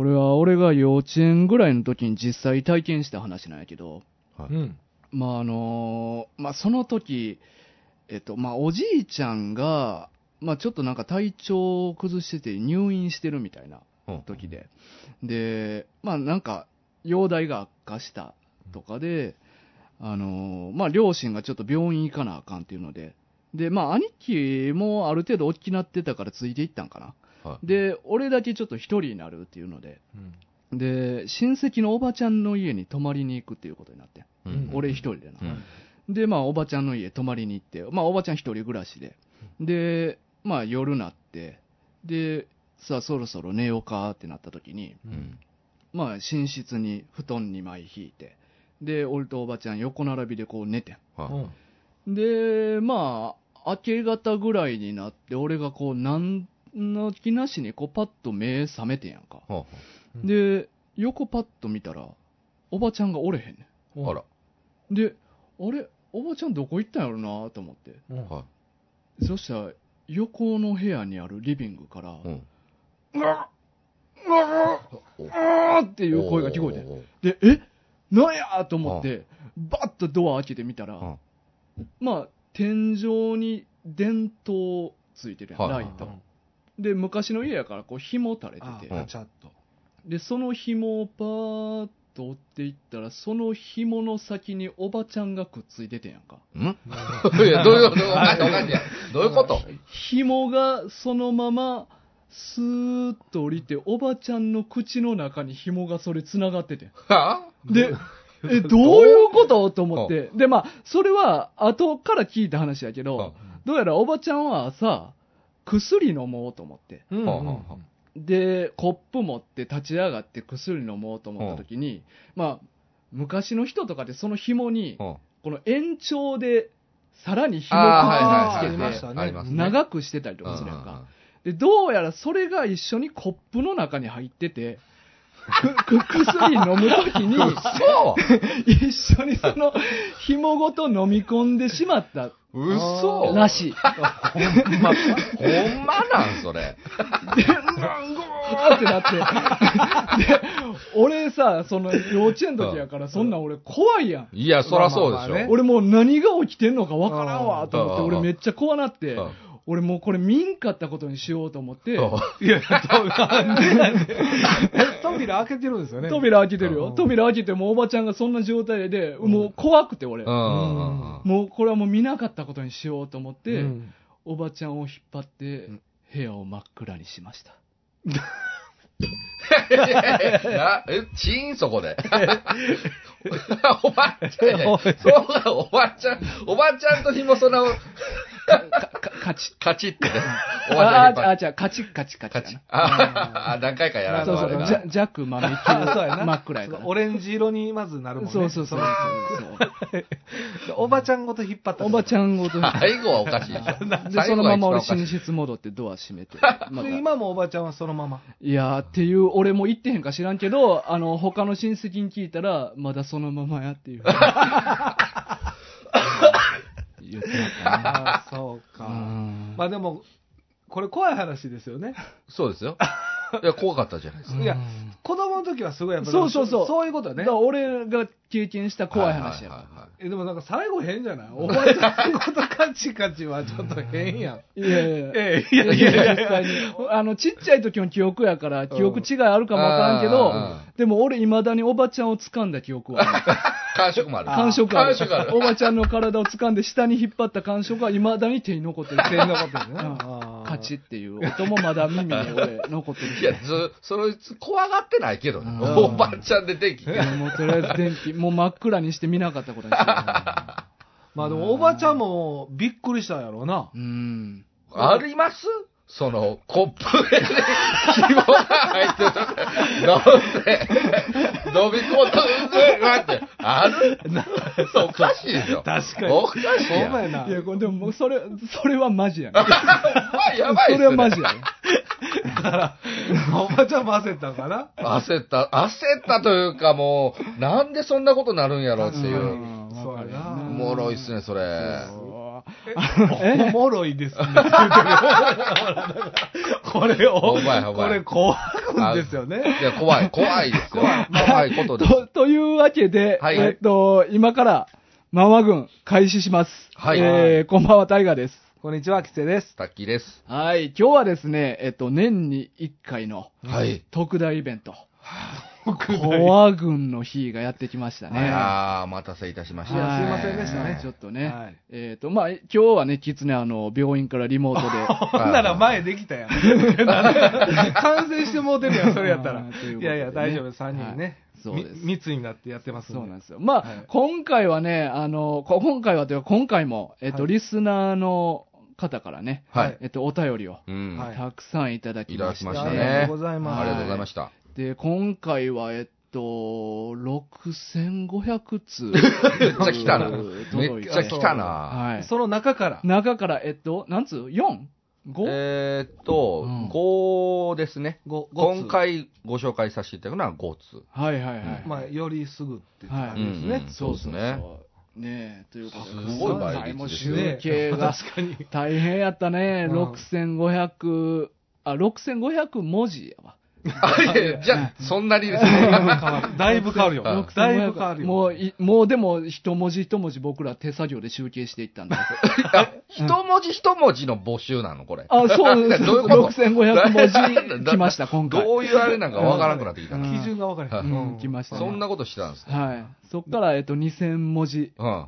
これは俺が幼稚園ぐらいの時に実際体験した話なんやけど、 はい、 まあその時、おじいちゃんが、ちょっとなんか体調を崩してて入院してるみたいな時で、で、なんか容体が悪化したとかで、両親がちょっと病院行かなあかんっていうので、で、兄貴もある程度大きなってたからついていったんかな。はい、で、俺だけちょっと一人になるっていうので、で、親戚のおばちゃんの家に泊まりに行くっていうことになって、俺一人でな。で、おばちゃんの家泊まりに行って、おばちゃん一人暮らしで、で、夜なって、で、さあそろそろ寝ようかってなった時に、寝室に布団2枚引いて、で、俺とおばちゃん横並びでこう寝てん。で、明け方ぐらいになって、俺がこう、なんの気なしにこうパッと目覚めてんやんか。で、横パッと見たら、おばちゃんがおれへんねん。 あら。 で、あれおばちゃんどこ行ったんやろなと思って。そしたら、横の部屋にあるリビングから、うわっっていう声が聞こえて。で、なんやと思って、バッとドア開けてみたら、天井に電灯ついてるやん、ライト。で、昔の家やからこう紐垂れてて、で、その紐をパーッと追っていったら、その紐の先におばちゃんがくっついててんやんか。 いや、どういうことどういうこと紐がそのまま、スーッと降りて、おばちゃんの口の中に紐がそれ繋がってて。で、どういうことと思って。で、それは後から聞いた話やけど、どうやらおばちゃんは朝、薬飲もうと思って。で、コップ持って立ち上がって薬飲もうと思った時に、昔の人とかでその紐に、この延長でさらに紐をつけて、長くしてたりとかするやんか。で、どうやらそれが一緒にコップの中に入ってて、薬飲むときに、一緒にその紐ごと飲み込んでしまった。 嘘らしい。 ほんまなんそれ。 で、ゴーってなって。で、俺さ、その幼稚園の時やから、そんなん俺怖いやん。 いや、そらそうでしょ。 俺もう何が起きてんのかわからんわ、と思って、俺めっちゃ怖なって。俺もうこれ見んかったことにしようと思って。いや、 扉開けてるんですよね。 扉開けてるよ。扉開けてもおばちゃんがそんな状態で、もう怖くて俺。もうこれはもう見なかったことにしようと思って、おばちゃんを引っ張って部屋を真っ暗にしました。 チーンそこで。おばちゃん、おばちゃんと紐その、カチってね。 じゃあ、カチ。 何回かやらんと。そう、弱豆級真っ暗やから。 オレンジ色にまずなるもんね。 そう。 おばちゃんごと引っ張った。 おばちゃんごと。 最後はおかしいでしょ。 で、そのまま俺寝室戻ってドア閉めて。 今もおばちゃんはそのまま。 いやーっていう、俺も言ってへんか知らんけど、他の親戚に聞いたら、まだそのままやっていう。言ってたね。 ああ、そうか。でも、これ怖い話ですよね。 そうですよ。いや、怖かったじゃないですか。 いや、子供の時はすごいやっぱそう。 そういうことね。 だから俺が経験した怖い話やから。 でもなんか最後変じゃない？おばちゃんことカチカチはちょっと変やん。 いや、実際に。ちっちゃい時の記憶やから、記憶違いあるかもわからんけど、でも俺未だにおばちゃんを掴んだ記憶はある。 感触もある。 感触ある。おばちゃんの体を掴んで下に引っ張った感触は未だに手に残ってる。 手に残ってるね。 カチっていう音もまだ耳に俺残ってるし。 いや、そいつ怖がってないけどね。おばちゃんで電気。 もうとりあえず電気、もう真っ暗にして見なかったことにしてる。 でもおばちゃんもびっくりしたんやろうな。 ありますその、コップで紐が入ってる。なんで飲み込んだってあるおかしいでしょ。 確かに。 おかしいやん。 いや、でもそれはマジやね。 やばいっすね。 それはマジやね。 だから、おばちゃんも焦ったんかな？ 焦ったというかもう、なんでそんなことなるんやろっていう。 そうやな。 おもろいっすね、それ。 おもろいですね。これ怖くくんですよね。 いや、怖いですよ。怖いことです。 というわけで、 はい今から、ママ軍開始します。 はいこんばんは、タイガーです。 こんにちは、キセです。 タッキーです。 はい、今日はですね、年に1回のはい。 特大イベント、コア軍の日がやってきましたね。 お待たせいたしましいやた。 すいませんでしたねちょっとね。 はいまあ、今日はね、キツネ、病院からリモートで。 ほんなら前できたやん。完成してもうてるやん、それやったら。 ということでねいやいや、大丈夫、3人ね。 はいそうです密になってやってますんで。 そうなんですよ。まあ、 はい今回はね、今回はというか、今回も、 はいリスナーの方からね、 はい。 お便りをうん。 はいたくさんいただきました。 いただきましたねありがとうございます。 ありがとうございました。 で、今回は、6500通。めっめっちゃ来たな。めっちゃ来たな。 はい。 その中から。 中から、何通 ?4?5? 5ですね。 ご今回ご紹介させていただくのは5通。 はいはいはい。 まあ、よりすぐっていう感じですねうん。 そうそうですねねえ、ということで、 すごい倍率もうですよ集計が確かに。 大変やったね。 うん 6500文字やわ。 あ、いやじゃあ、そんなにですね。 だいぶ変わるよ。 はいだいぶ変わるよ。 もうでも一文字一文字僕ら手作業で集計していったんだ。 一文字一文字の募集なのこれ。 あ、そうです。 どういうこと 6500文字来ました、今回。 どういうあれなんかわからなくなってきたな。 基準が分かれへん。 うん来ましたねそんなことしてたんですね。 はい。そっから、2000文字。 うん。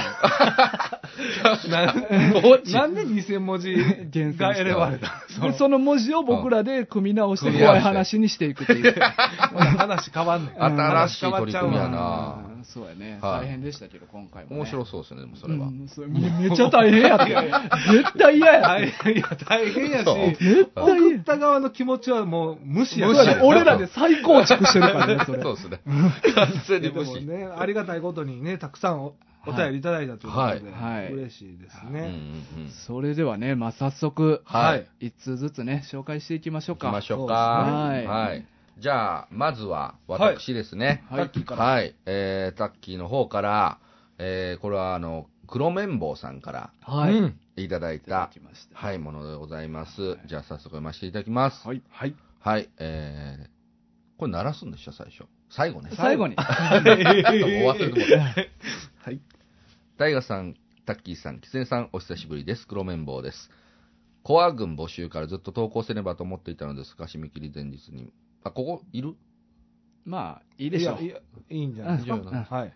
なんで2000文字厳選が選ばれたでその文字を僕らで組み直して組み合わせて怖い話にしていくという。 話変わんねん。 新しい取り組みやうな。 んそうやね。 はい大変でしたけど、今回もね。 面白そうですね、でもそれは。 めっちゃ大変やって。絶対嫌や。 大変やし、 そう絶対送嫌った側の気持ちはもう無視や無視し。 俺らで再構築してるからね、それ。 そうですね。完全でに無視。 もね、ありがたいことにね、たくさんお便りいただいたということで、 はい嬉しいですうんうんね。 うん。 それではね、まあ、早速、 はい。 一通ずつね、紹介していきましょうか。 行きましょうそうか。 ですねはい。じゃあ、まずは、私ですね。 はいタッキーから。 はい。タッキーの方から、これは、黒綿棒さんからはい。 うんいただいいただた、 きました。 はい、ものでございます。じゃあ、早速読ませていただきます。 はい。 はい。 はい。これ鳴らすんでしょ、最初。最後ね。 最後に。 終わってるところ。 はい。 大河さん、タッキーさん、キツネさん、お久しぶりです。黒綿棒です。コア軍募集からずっと投稿せねばと思っていたのですが、締め切り前日に。あ、ここいるまあ、いいでしょう。 いや、いいんじゃないですか。 うんはい。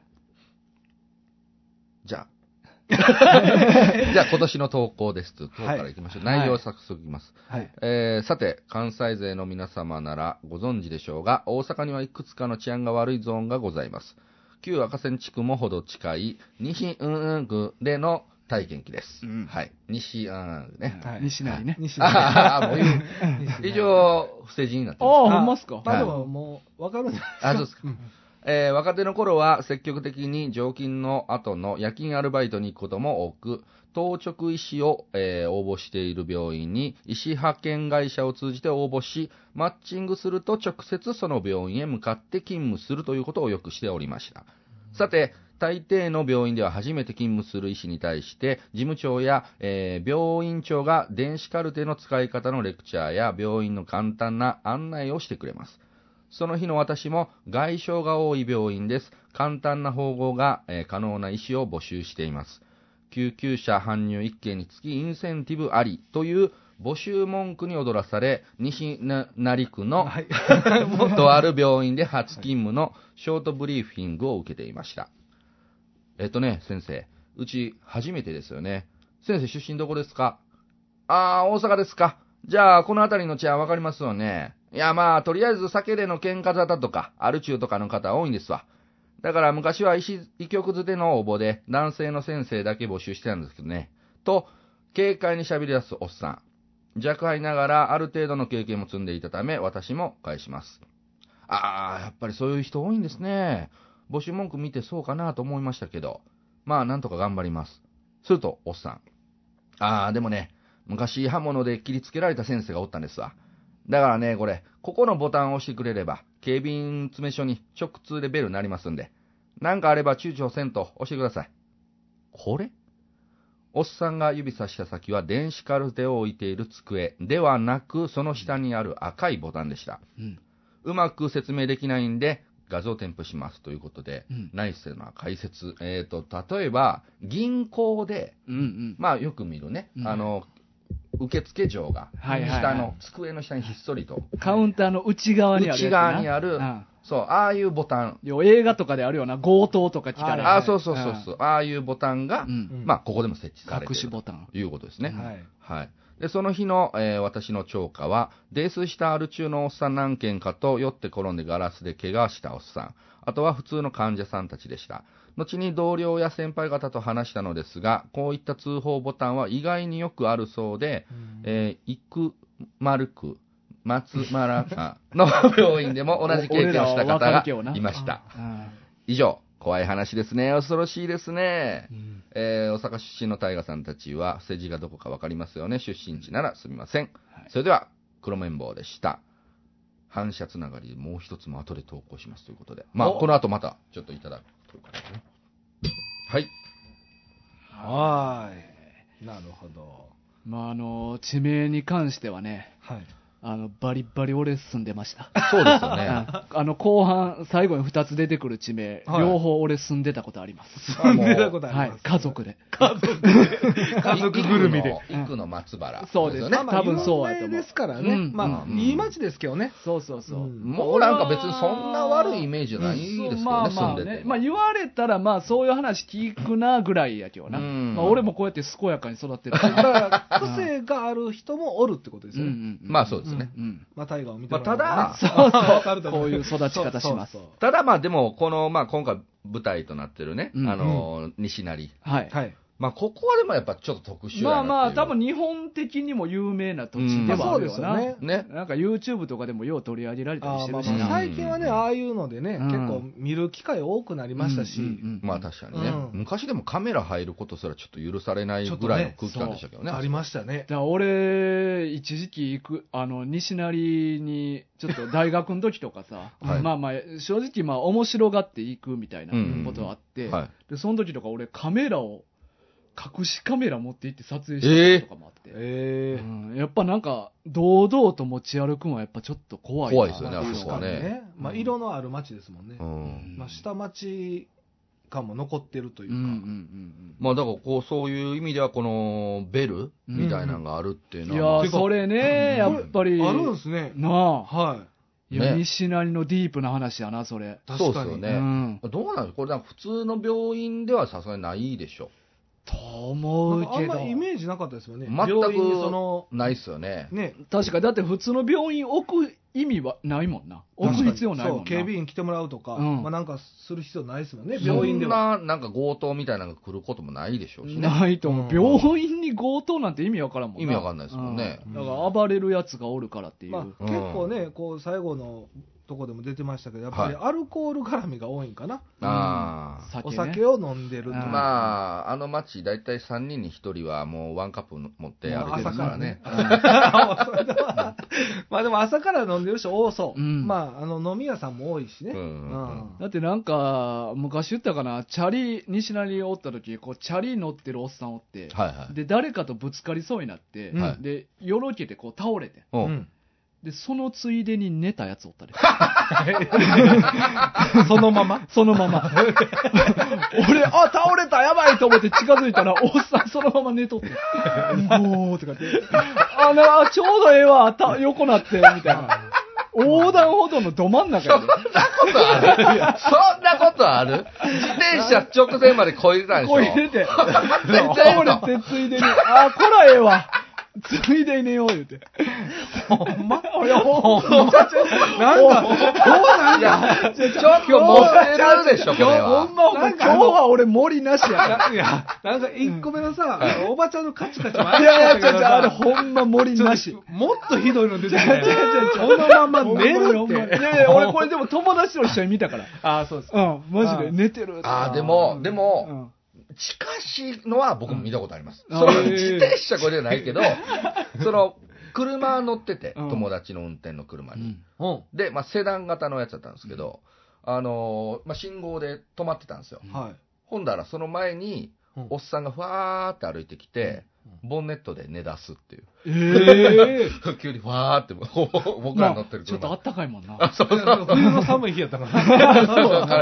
じゃあ。じゃあ、今年の投稿です。と、投からいきましょう。 はい内容を早速いきます。 はい。 さて、関西勢の皆様ならご存知でしょうが、大阪にはいくつかの治安が悪いゾーンがございます。旧赤線地区もほど近い西区での体験記です。 うんはい。西ね。 はい西成ね。 西あもう以上、不正字になってあます。 あ、ほんまっすか。 まあでももう、わかるんじゃないですか。 あ、そうですか。若手の頃は積極的に常勤の後の夜勤アルバイトに行くことも多く、当直医師を、応募している病院に医師派遣会社を通じて応募し、マッチングすると直接その病院へ向かって勤務するということをよくしておりました。さて、大抵の病院では初めて勤務する医師に対して、事務長や、病院長が電子カルテの使い方のレクチャーや病院の簡単な案内をしてくれます。その日の私も外傷が多い病院です。簡単な縫合が、可能な医師を募集しています。救急車搬入1件につきインセンティブありという募集文句に踊らされ、西成区のはい。 とある病院で初勤務のショートブリーフィングを受けていました。先生、うち初めてですよね。先生出身どこですか？大阪ですか。じゃあ、この辺りの治安わかりますよね。いや、まあ、とりあえず酒での喧嘩沙汰とか、アル中とかの方多いんですわ。だから昔は医局図での応募で男性の先生だけ募集してたんですけどね。と、軽快に喋り出すおっさん。若輩ながらある程度の経験も積んでいたため、私も返します。やっぱりそういう人多いんですね。募集文句見てそうかなと思いましたけど、まあなんとか頑張ります。すると、おっさん。でもね、昔刃物で切りつけられた先生がおったんですわ。だからね、ここのボタンを押してくれれば、警備員詰め所に直通でベルになりますんで、なんかあれば躊躇せんと押してください。これおっさんが指さした先は電子カルテを置いている机ではなく、その下にある赤いボタンでした。うまく説明できないんで、画像添付しますということで、ナイスな解説。例えば、銀行で、まあよく見るね、受付嬢が、机の下にひっそりと。 カウンターの内側にあるやつな。 内側にある、そう、ああいうボタン。 映画とかであるような、強盗とか来たら。 そう。ああいうボタンが、まあ、ここでも設置されている。 隠しボタン。 ということですね。はい。で、その日の、私の超過は、泥酔したアル中のおっさん何件かと、酔って転んでガラスで怪我したおっさん。あとは普通の患者さんたちでした。後に同僚や先輩方と話したのですが、こういった通報ボタンは意外によくあるそうで、生丸区、松原の病院でも同じ経験をした方がいました。以上、怖い話ですね。恐ろしいですね。大阪出身の大河さんたちは、世辞がどこかわかりますよね。出身地ならすみません。それでは、黒綿棒でした。反射つながりでもう一つも後で投稿しますということで。まあ、この後また、ちょっといただくというかね。 はい。なるほど。 まあ、地名に関してはね、バリバリ俺住んでました。 そうですよね。 後半、最後に2つ出てくる地名、両方俺住んでたことあります。 住んでたことあります。 家族で。 家族ぐるみで。 生の松原。 そうですね。多分そうやと思う。 ですからね。まあ、いい街ですけどね。 そう。 もうなんか別にそんな悪いイメージじゃないですけどね、住んでて。 まあ言われたら、まあそういう話聞くなぐらいやけどな。まあ俺もこうやって健やかに育ってる。 だから、癖がある人もおるってことですよね。 まあそうですね。 まあ、大河を見てただ、 こういう育ち方します。 ただまあでも、この、まあ今回舞台となってるね、西成。まあここはでもやっぱちょっと特殊やな。 まあ多分日本的にも有名な土地ではあるよな。 ね。 なんか YouTube とかでもよう取り上げられたりしてるしな。 最近はね、ああいうのでね、結構見る機会多くなりましたし。 まあ確かにね。昔でもカメラ入ることすらちょっと許されないぐらいの空気感でしたけどね。 ありましたね。 だから俺、一時期西成に、ちょっと大学の時とかさ、まあ正直まあ面白がっていくみたいなことがあって、で、その時とか俺隠しカメラ持って行って撮影したこととかもあって、やっぱなんか堂々と持ち歩くのはやっぱちょっと怖いですよね、あそこはね。 まあ色のある街ですもんね。まあ下町感も残ってるというか。 まあだからこうそういう意味ではこのベルみたいなのがあるっていうのは、 いやそれねやっぱりあるんですね。 なあ、 はい。 いや西成のディープな話やなそれ。 そうですよね。どうなのこれなんか普通の病院ではさすがにないでしょ。 と思うけど。 あんまイメージなかったですよね。 全くないっすよね。 確かに、だって普通の病院置く意味はないもんな。置く必要ないもんな。 警備員来てもらうとか、まあなんかする必要ないですもんね、病院では。 そんな、なんか強盗みたいなのが来ることもないでしょうしね。 ないと思う。病院に強盗なんて意味わからんもんな。 意味わかんないですもんね。 だから暴れるやつがおるからっていう。 まあ結構ね、こう最後のとこでも出てましたけど、やっぱりアルコール絡みが多いんかな。お酒を飲んでると。 まあ、あの街、だいたい3人に1人はもうワンカップ持って歩いてますからね。 まあでも朝から飲んでる人多そう。まあ、飲み屋さんも多いしね。 だってなんか、昔言ったかな、西成におった時、こう、チャリ乗ってるおっさんおって、で、誰かとぶつかりそうになって、で、よろけてこう倒れて。で、そのついでに寝たやつおったで。 そのまま俺、倒れたやばいと思って近づいたら、おっさんそのまま寝とって。おーとかって。ちょうどええわ、横なって、みたいな。横断歩道のど真ん中やで。 そんなことある自転車直前までこいでたんでしょ。 こいでて。倒れてついでに、こらええわ。ついでに寝よう言うて。 ほんまいや、ほんま。なんか、どうなんや、ちょっと持ってるでしょ、これは。 ほんま、今日は俺森なしや。 いや、なんか1個目のさ、おばちゃんのカチカチもあれあれほんま森なし。 もっとひどいの出てきたよ。そのまま寝るって。 いやいや、俺これでも友達と一緒に見たから。 そうです。 マジで寝てる。 でも、近しいのは僕も見たことあります。その自転車これじゃないけど、その車乗ってて、友達の運転の車に。で、まあセダン型のやつだったんですけど、まあ信号で止まってたんですよ。ほんだらその前におっさんがふわーって歩いてきて、ボンネットで寝出すっていう。急にふわーって、僕ら乗ってるちょっとあったかいもんな。 そうそう。冬の寒い日やったから。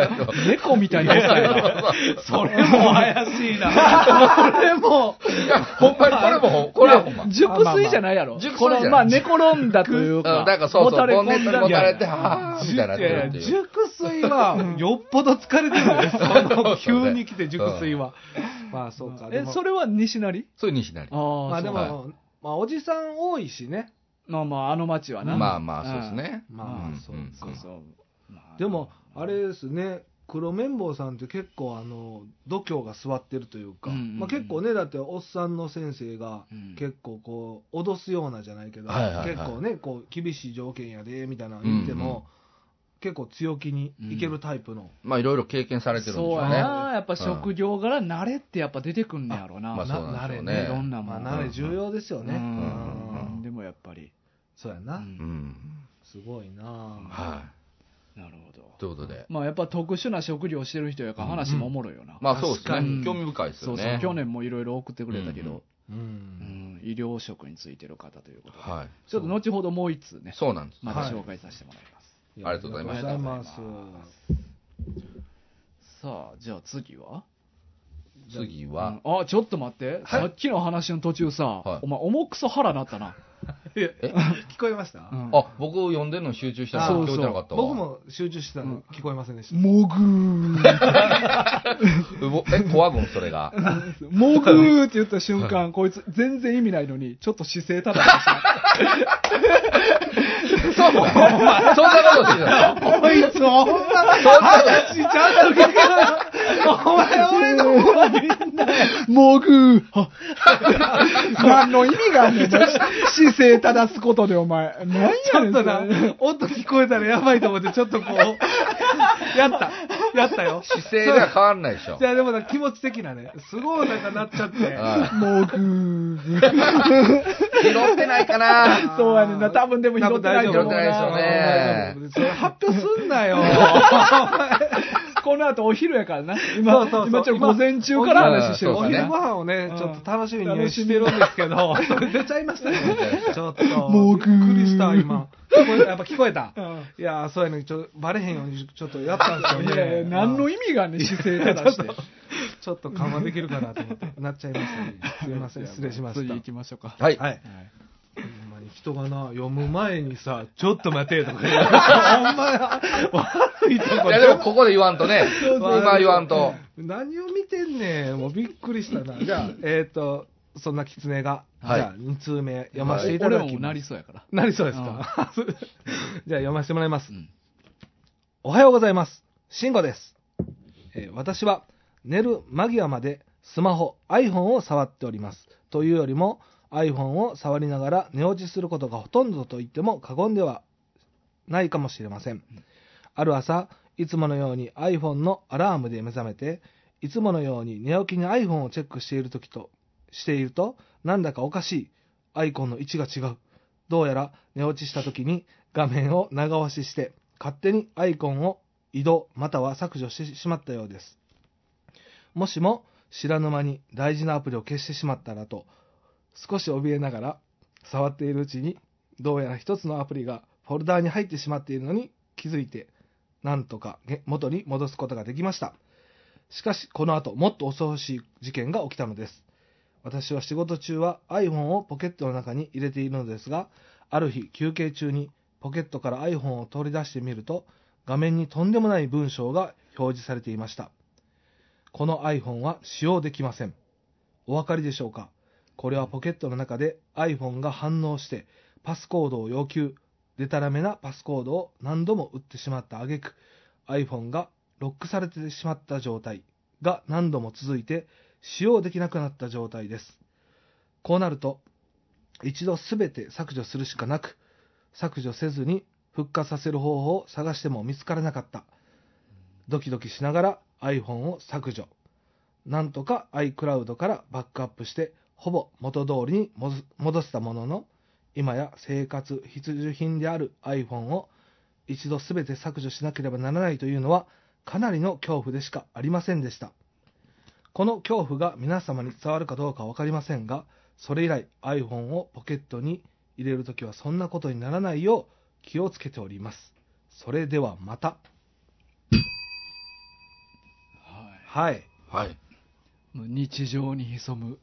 猫みたいなやつやな。 それも怪しいな。それも。 ほんまにこれはほんま。 熟睡じゃないやろ。 熟睡じゃない。 まあ寝転んだというか。 なんかそう、ボンネットに持たれて、はーみたいなってるっていう。 熟睡は、よっぽど疲れてるね。急に来て熟睡は。まあそうか。 それは西成？ そういう西成。 まあでも、まあおじさん多いしね。 まああの町はな。 まあそうですね。 まあそう。でも、あれですね、黒綿棒さんって結構度胸が座ってるというか、まあ結構ね、だっておっさんの先生が結構こう、脅すようなじゃないけど、結構ね、こう、厳しい条件やで、みたいなの言っても、結構強気にいけるタイプの。 まあいろいろ経験されてるんでしょうね。 そうやな、やっぱ職業柄慣れってやっぱ出てくんねやろな。 まあそうなんでしょうね。 いろんなもん。 慣れ重要ですよね。 でもやっぱり。 そうやな。すごいな。 はい。 なるほど。 ということで。 まあやっぱ特殊な職業してる人やから話もおもろいよな。 まあそうですね。興味深いですよね。 そうそう。去年もいろいろ送ってくれたけど、医療職についてる方ということで。はい。ちょっと後ほどもう一通ね。 そうなんです。 また紹介させてもらいます。 ありがとうございます。 さあ、じゃあ次は次は、 ちょっと待って。さっきの話の途中さ、お前重くそ腹なったな。 聞こえました？ 僕読んでるの集中したら聞こえてなかったわ。 僕も集中してたの聞こえませんでした。 もぐー。 怖ぐんそれが。 もぐーって言った瞬間、こいつ全然意味ないのに、ちょっと姿勢正した。 そんなことしてたの？ こいつほんま話ちゃんと聞けよ。お前俺の方みんなもぐー。何の意味があんねん。姿勢正すことでお前。何やねん。 ちょっとな、音聞こえたらやばいと思ってちょっとこう、やったよ。 姿勢では変わんないでしょ。 じゃあでも気持ち的なね、すごいなんかなっちゃって。 もぐー。 拾ってないかな。 そうやねんな。多分でも拾ってないと思うな。 拾ってないですよね。それ発表すんなよ。 この後お昼やからな。今ちょっと午前中から話してるからお昼ご飯をね、ちょっと楽しみにしてるんですけど、出ちゃいましたね。ちょっと。 もうびっくりした、今。やっぱ聞こえた。いや、そうやね、バレへんようにちょっとやったんですよね。 いや、何の意味がね、姿勢正して。 ちょっと緩和できるかなと思って、なっちゃいましたね。すいません、失礼しました。 次行きましょうか。 はい。 ほんまに人がな、読む前にさ、ちょっと待てとか言う。ほんま悪いとこ。 いやでもここで言わんとね。今言わんと。 何を見てんねん。もうびっくりしたな。じゃあ、そんな狐が、じゃあ2通目読ませていただきます。 俺もなりそうやから。 なりそうですか。じゃあ読ませてもらいます。おはようございます。慎吾です。私は寝る間際までスマホ、iPhone を触っております。というよりも、iPhone を触りながら寝落ちすることがほとんどと言っても過言ではないかもしれません。ある朝、いつものように iPhone のアラームで目覚めて、いつものように寝起きに iPhone をチェックしていると、なんだかおかしい。アイコンの位置が違う。どうやら寝落ちした時に画面を長押しして、勝手にアイコンを移動または削除してしまったようです。もしも知らぬ間に大事なアプリを消してしまったらと、少し怯えながら触っているうちに、どうやら一つのアプリがフォルダーに入ってしまっているのに気づいて、なんとか元に戻すことができました。しかし、この後、もっと恐ろしい事件が起きたのです。私は仕事中は iPhone をポケットの中に入れているのですが、ある日休憩中にポケットから iPhone を取り出してみると、画面にとんでもない文章が表示されていました。この iPhone は使用できません。お分かりでしょうか？これはポケットの中で iPhone が反応してパスコードを要求、でたらめなパスコードを何度も打ってしまった挙句、iPhone がロックされてしまった状態が何度も続いて使用できなくなった状態です。こうなると、一度すべて削除するしかなく、削除せずに復活させる方法を探しても見つからなかった。ドキドキしながら iPhone を削除。なんとか iCloud からバックアップして、ほぼ元通りに戻せたものの、今や生活必需品である iPhone を一度すべて削除しなければならないというのはかなりの恐怖でしかありませんでした。 この恐怖が皆様に伝わるかどうかわかりませんが、それ以来 iPhone をポケットに入れるときはそんなことにならないよう気をつけております。それではまた。はい。 はい。 もう日常に潜む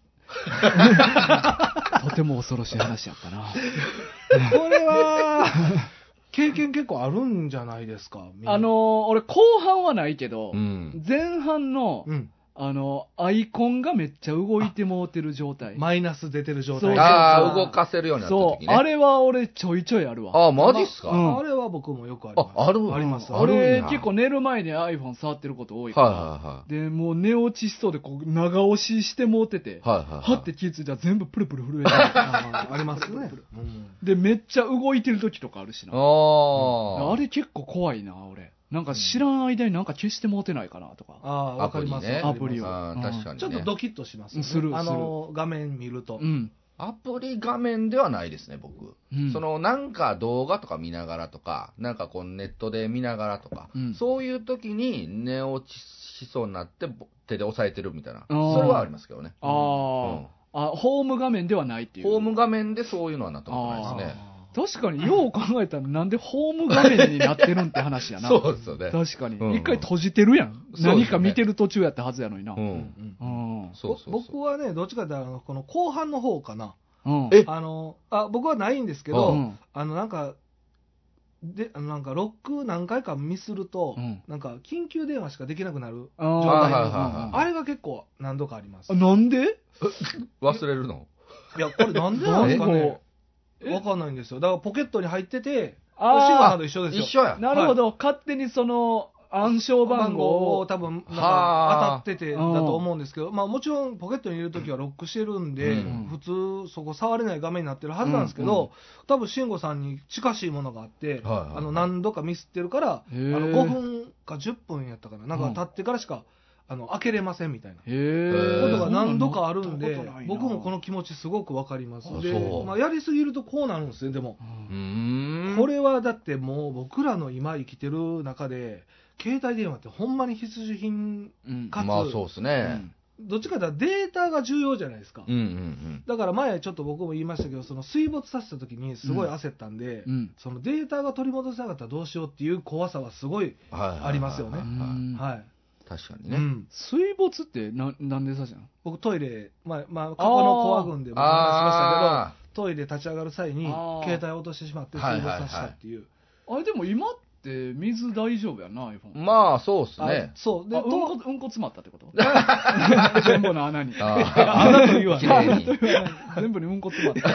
とても恐ろしい話やったな。 これは経験結構あるんじゃないですか。 俺後半はないけど、前半の、アイコンがめっちゃ動いてもうてる状態。 マイナス出てる状態。 動かせるようになった時ね。 そう。あれは俺ちょいちょいあるわ。 マジっすか？ あれは僕もよくあります。 あります。 俺結構寝る前に iPhone 触ってること多いから。で、もう寝落ちしそうで長押ししてもうてて。はって気づいたら全部プルプル震えてる。 ありますね。 で、めっちゃ動いてる時とかあるしな。あれ結構怖いな、俺。なんか知らん間になんか消してもうてないかなとか。 わかりますね。 アプリを。 確かに。 ちょっとドキッとしますね。画面見ると。 アプリ画面ではないですね、僕。なんか動画とか見ながらとか、なんかこうネットで見ながらとか、そういう時に寝落ちしそうになって手で押さえてるみたいな。それはありますけどね。 ホーム画面ではないっていう。 ホーム画面でそういうのはなったことないですね。 確かに、よう考えたらなんでホーム画面になってるんって話やな。 そうですよね。 確かに。一回閉じてるやん。何か見てる途中やったはずやのにな。 僕はね、どっちかというと、この後半の方かな。僕はないんですけど、なんかロック何回かミスると、なんか緊急電話しかできなくなる状態。あれが結構何度かあります。 なんで？ 忘れるの？ いや、これなんでなんですかね。わかんないんですよ。だからポケットに入ってて、シンゴさんと一緒ですよ。 一緒や。 なるほど。勝手にその暗証番号を多分なんか当たっててだと思うんですけど、まあもちろんポケットに入れるときはロックしてるんで、普通そこ触れない画面になってるはずなんですけど、多分シンゴさんに近しいものがあって、何度かミスってるから、5分か10分やったかな。なんか経ってからしか、開けれませんみたいなことが何度かあるんで、僕もこの気持ちすごくわかります。で、やりすぎるとこうなるんですね、でも。これはだってもう僕らの今生きてる中で、携帯電話ってほんまに必需品かつ、 そうですね。 どっちかというとデータが重要じゃないですか。だから前ちょっと僕も言いましたけど、その水没させた時にすごい焦ったんで、そのデータが取り戻せなかったらどうしようっていう怖さはすごいありますよね。はい。 確かにね。 水没ってなんでさじゃん？ 僕トイレ、過去のコア軍でも話しましたけど、トイレ立ち上がる際に携帯を落としてしまって水没させたっていう。 あれでも今って水大丈夫やな、iPhone。 まあそうっすね。 そう。で、うんこ詰まったってこと全部の穴に。 穴というわね。 全部にうんこ詰まった。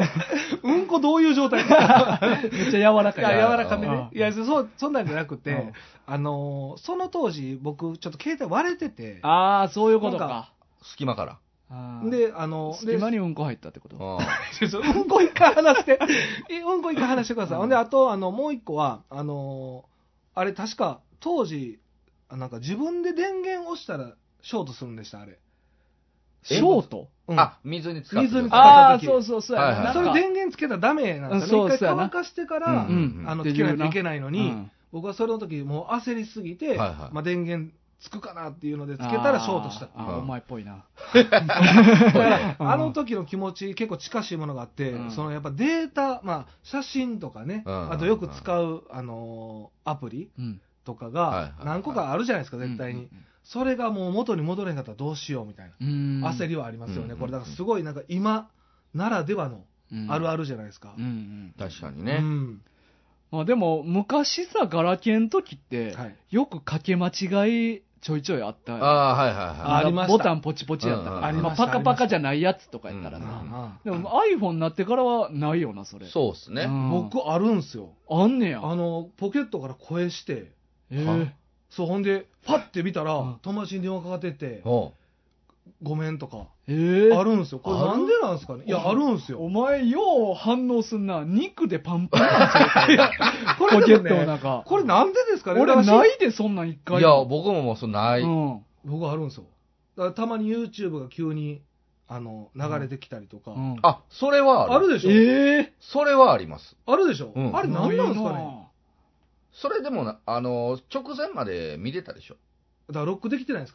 うんこどういう状態めっちゃ柔らかい。 柔らかめね。いや、そんなんじゃなくて、その当時僕ちょっと携帯割れてて。 そういうことか。 隙間から。 で、 隙間にうんこ入ったってこと？ うんこ一回話して、うんこ一回話してください。ほんで、あと、もう一個は、あれ確か、当時、なんか自分で電源押したら、ショートするんでした、あれ。 ショート？ 水に使った時。そうそれ電源つけたらダメなんですよね。一回乾かしてから、つけないといけないのに、僕はそれの時、もう焦りすぎて、電源、つくかなっていうのでつけたらショートしたっていう。 お前っぽいな。 あの時の気持ち結構近しいものがあって、そのやっぱデータ、写真とかね、あとよく使う、アプリとかが何個かあるじゃないですか、絶対に。それがもう元に戻れんかったらどうしようみたいな焦りはありますよね。これだからすごいなんか今ならではのあるあるじゃないですか。 確かにね。 でも昔さ、ガラケーの時ってよくかけ間違いちょいちょいあった。 ありました。 ボタンポチポチやったから。パカパカじゃないやつとかやったらさ。でも iPhone になってからはないよな、それ。 そうっすね。 僕あるんすよ。 あんねや。 ポケットから声して、そう、ほんで、パッて見たら、友達に電話かかってて、ごめんとか。あるんすよ。これなんでなんすかね？いや、あるんすよ。 お前、よう反応すんな。肉でパンパンなんすよ。ポケットの中。 これなんでですかね？ 俺ないで、そんなん一回。 いや、僕ももうそんない。 僕あるんすよ。だからたまに YouTube が急に、流れてきたりとか。 それはある。 あるでしょ？ それはあります。 あるでしょ？あれなんなんすかね？ それでも直前まで見れたでしょ？ だからロックできてないんですかね？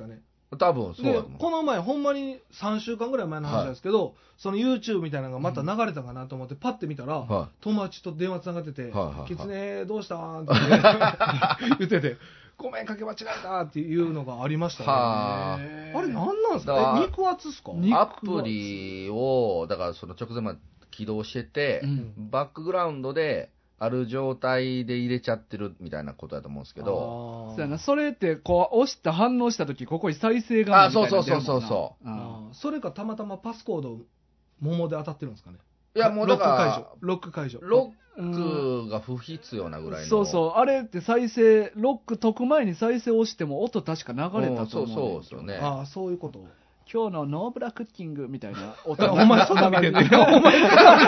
多分そうだでと思う。 この前ほんまに3週間ぐらい前の話なんですけど、その YouTube みたいなのがまた流れたかなと思ってパッて見たら、 は友達と電話つながっててはいはいはい 「キツネどうしたん?」って言ってて「ごめんかけ間違えた」っていうのがありましたね。 はああれ何なんですだか？肉厚っすか？ アプリを、だからその直前まで起動してて、バックグラウンドで、ある状態で入れちゃってるみたいなことだと思うんですけど、 そうやな、それってこう押した反応した時ここに再生画面みたいなの出るもんな。 そうそうそうそうあーそれかたまたまパスコード桃で当たってるんですかね。 いやもうだからロック解除ロックが不必要なぐらいの、 そうそう、あれって再生、ロック解く前に再生押しても音確か流れたと思うねん。 そうですよね。 ああそういうこと。 今日のノーブラクッキングみたいな音お前そんな見てんの？お前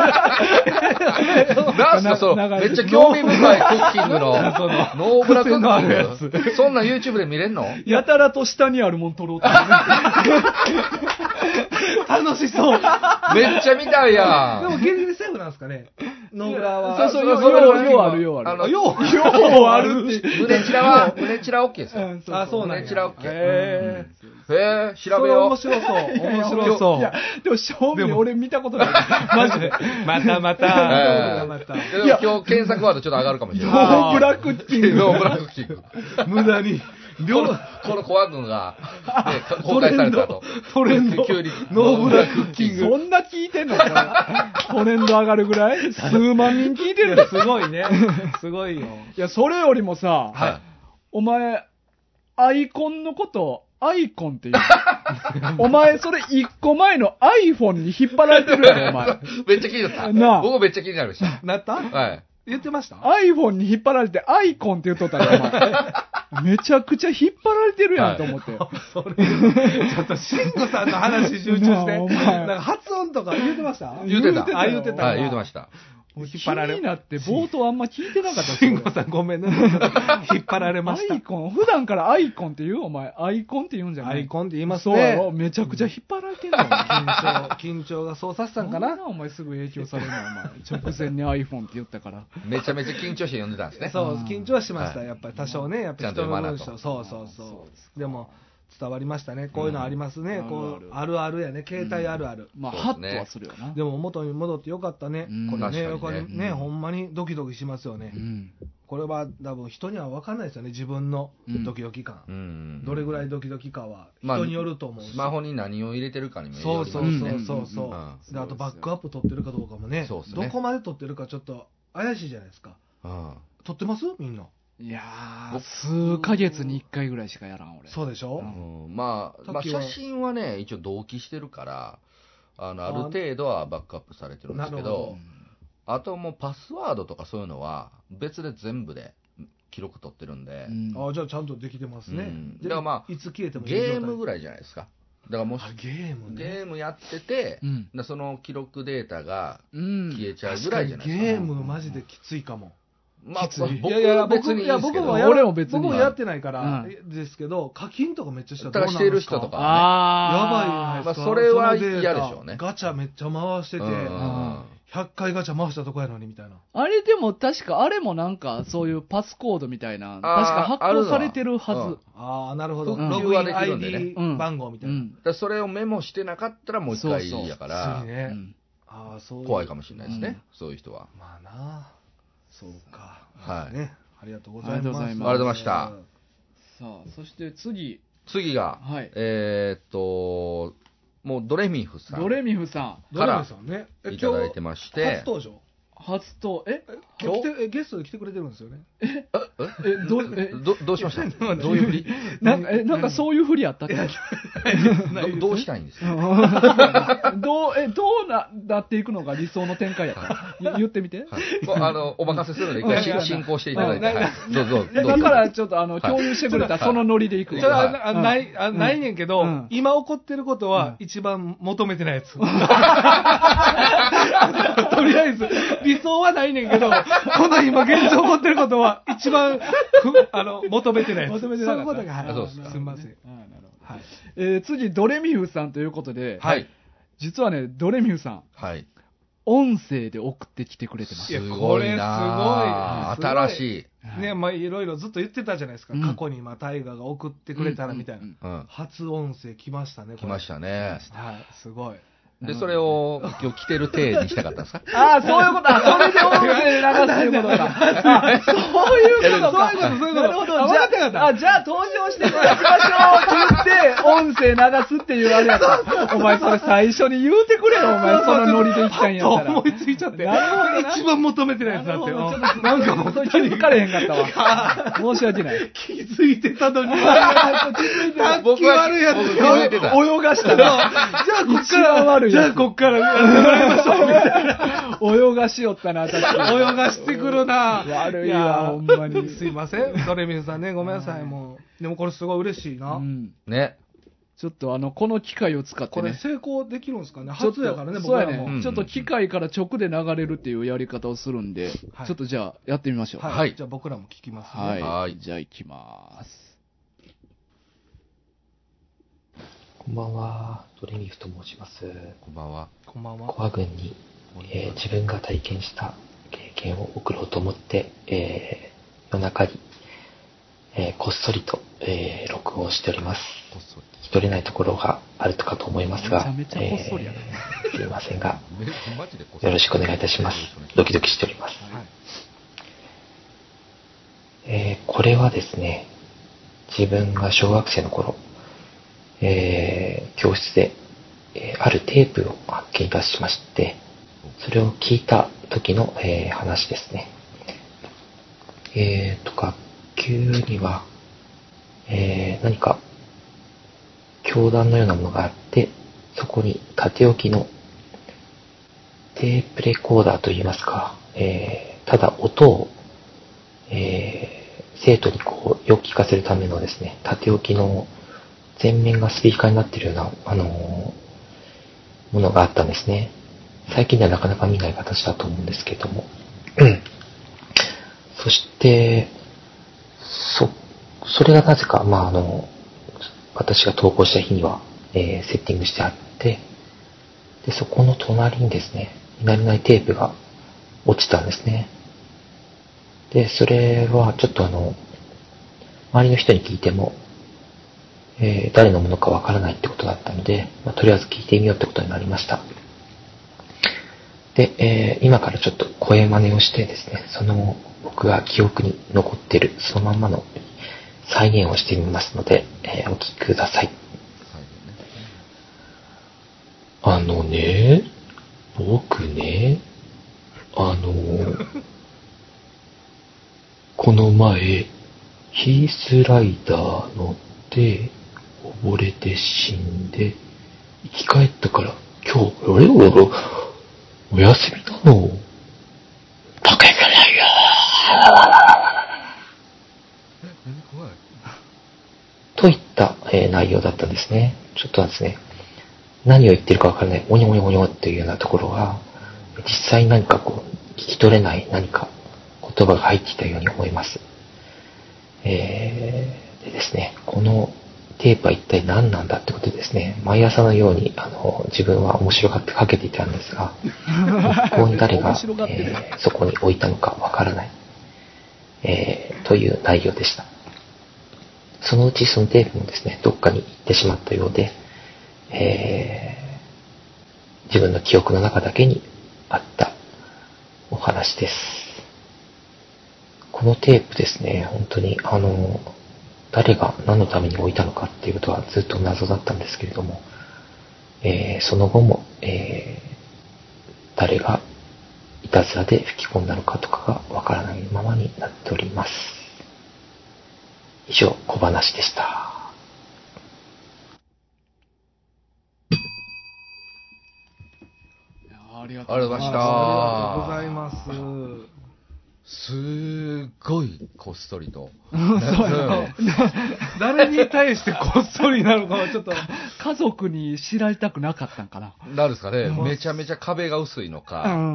なんすかそう、めっちゃ興味深いクッキングのノーブラクッキング。そんなん YouTube で見れんの？ やたらと下にあるもん撮ろうと楽しそう。 めっちゃ見たいやん。 でもギリギリセーフなんですかね。ノーブラは。 そうそう、ようあるようある。 ようあるって。 胸チラ OK ですよ。 あ、そうなんや。 胸チラ OK。 へへ調それべよう。 面白そう。面白そう。 いや、でも正味俺見たことない。マジで。 また。 また。いや今日検索ワードちょっと上がるかもしれない。 ノーブラクッキング。 ノーブラクッキング。 無駄に。 このコア軍が、公開されたと。 トレンド。 急にノーブラクッキング。 そんな聞いてんのこれ。トレンド上がるぐらい数万人聞いてるんだ。 すごいね。すごいよ。 いや、それよりもさ、 はい。 お前、アイコンのこと、アイコンって言う。お前、それ一個前の iPhone に引っ張られてるやろ、お前。 めっちゃ気になった。 なあ僕めっちゃ気になるし。 なった？ はい。 言ってました iPhone に引っ張られてアイコンって言っとったら、お前。めちゃくちゃ引っ張られてるやんと思って。 それ、ちょっと、慎吾さんの話集中して。 なあお前なんか発音とか言ってました？ 言ってた。 あ、言ってた。 はい、言ってました。 引っ張られ気になって冒頭あんま聞いてなかった。 慎吾さんごめんね。引っ張られましたアイ。コン、普段からアイコンって言うお前。アイコンって言うんじゃない？ アイコンって言いますそうやね。 ろ、めちゃくちゃ引っ張られてんの。 緊張がそうさせたんかな。 なんお前すぐ影響されるの、お前。直前に iPhone って言ったから。 めちゃめちゃ緊張して読んでたんですね。 そう、緊張はしました。 はいやっぱり多少ね、やっぱちゃんと人の読まなと文章。そうそうそう。でも、伝わりましたね。こういうのありますね。こう、 ああるあるやね。携帯あるある。 まあ、 そうですねハッとはするよな。 でも元に戻ってよかったねうん。 これね、 確かにねこれね、ほんまにドキドキしますよねう。ん。 これは多分人には分かんないですよね。自分のドキドキ感。 うん。 どれぐらいドキドキかはまあ人によると思うし。 スマホに何を入れてるかにもそうそうよりますね。 そうそう。 うんであとバックアップ取ってるかどうかもね。 そうですねどこまで取ってるかちょっと怪しいじゃないですか。 うん取ってますみんな。 いやー、数ヶ月に1回ぐらいしかやらん、俺。 そうでしょ、 まあさっきは写真はね、一応同期してるから、ある程度はバックアップされてるんですけなるほど、あともうパスワードとかそういうのは別で全部で記録取ってるんで、 あじゃあちゃんとできてますね。 だからまあいつ消えてもいいゲ状態ームぐらいじゃないですか。だからもしゲームね。 ゲームやってて、その記録データが消えちゃうぐらいじゃないですか。 ゲームマジできついかも。 まあ、 きつい僕は別にいいですけど、 俺も別に僕もやってないからですけど、課金とかめっちゃしただからしてる人とかはね、 やばいですか。 それは嫌でしょうね。 ガチャめっちゃ回してて、100回ガチャ回したとこやのにみたいな。 あれでも確か、あれもなんかそういうパスコードみたいな、確か発行されてるはず。 ああ、なるほど。 復ログイン旧はできるんでね ID 番号みたいな。 だからそれをメモしてなかったらもう一回やから、怖いかもしれないですね、そういう人は。 まあな、そうか。 はい。 ね、ありがとうございます。 ありがとうございます。 ありがとうございました。 さあ、そして次が、 はい、 もうドレミフさん。 ドレミフさん。 ドレミフさんね。 いただいてまして。 初登場。 今日ゲストで来てくれてるんですよね。 どうしましたどういうふりなんかそういうふりあったっけどうしたいんですかどうなっていくのが理想の展開やった言ってみて。 お任せするので一回進行していただいて。どうぞ。 だからちょっと共有してくれたそのノリでいくわ。 ないねんけど、今起こってることは一番求めてないやつ。とりあえず、理想はないねんけど、この今現状起こってることは一番求めてないやつ。 求めてなかった。 そういうことが、 そうですか。 すみません。 次、ドレミフさんということで、 はい。 実はね、ドレミフさん。 はい。 音声で送ってきてくれてます。 すごいなこれすごい新しい。 ね、まあいろいろずっと言ってたじゃないですか。過去に大河が送ってくれたらみたいな。 うん。 初音声来ましたね、これ来ましたね。 はい、すごい。 で、それを今日着てる体にしたかったんですか？ ああ、そういうこと、それで音声で流すっていうことか。あそういうことか。 そういうこと、 なるほど。 分かった分かったじゃあ登場していただきましょうって言って、音声流すっていうあれやった。お前それ最初に言うてくれよ、お前そのノリで行きたいんやったら。 思いついちゃって。 なるほどな一番求めてないやつだって。 なんかもうそれ気づかれへんかったわ。申し訳ない。 気づいてたのに。 僕は気づいてた。 泳がしたら。 じゃあこっ一から、 番悪いやつじゃあこっからやってもらいましょうみたいな。 泳がしよったな、確かに。 泳がしてくるな。 悪いわ、ほんまに。 すいません。ドレミンさんね、ごめんなさい、もう。でもこれすごい嬉しいな。 ね。 ちょっとこの機械を使ってこれね。 成功できるんですかね。 ちょっと初やからね、僕そうやらも。 ね。ちょっと機械から直で流れるっていうやり方をするんで、 はいちょっとじゃあやってみましょう。 は。 はいいじゃあ僕らも聞きますね。 はい。 はいじゃあ行きます。 こんばんは、ドレミフと申します。 こんばんは。 こんばんは。 コア軍に、自分が体験した経験を送ろうと思って、夜中に、こっそりと、録音しております。 こっそり。 聞き取れないところがあるかと思いますが、 めちゃめちゃこっそりやなすいませんが、 マジでこっそりよろしくお願いいたします。ドキドキしております。 はい。 これはですね、自分が小学生の頃、教室で、あるテープを発見いたしまして、それを聞いた時の、話ですね。学級には、何か教団のようなものがあって、そこに縦置きのテープレコーダーといいますか、ただ音を、生徒にこう、よく聞かせるためのですね、縦置きの全面がスピーカーになっているような、ものがあったんですね。最近ではなかなか見ない形だと思うんですけれども。そして、それがなぜか、私が投稿した日には、セッティングしてあって、で、そこの隣にですね、見慣れないテープが落ちたんですね。で、それはちょっと周りの人に聞いても、誰のものかわからないってことだったので、とりあえず聞いてみようってことになりました。で、今からちょっと声真似をしてですね、僕が記憶に残っているそのまんまの再現をしてみますので、お聞きください。僕ね、この前、ヒースライダー乗って、溺れて死んで、生き返ったから、今日、お休みなの。バカじゃないよ。 怖い。 といった、内容だったんですね。ちょっとですね、何を言ってるかわからない、おにょおにょおにょっていうようなところが、実際に何かこう、聞き取れない何か言葉が入っていたように思います。でですね、このテープは一体何なんだってことでですね、毎朝のように自分は面白がってかけていたんですが、一向に誰が、そこに置いたのかわからない、という内容でした。そのうちそのテープもですね、どっかに行ってしまったようで、自分の記憶の中だけにあったお話です。このテープですね、本当に誰が何のために置いたのかっていうことはずっと謎だったんですけれども、その後も、誰がいたずらで吹き込んだのかとかがわからないままになっております。以上、小話でした。 ありがとうございました。 ありがとうございます。 すごいこっそりと。 そうやね。 誰に対してこっそりなのかはちょっと。 家族に知られたくなかったんかな。 なんですかね、めちゃめちゃ壁が薄いのうか、 ん。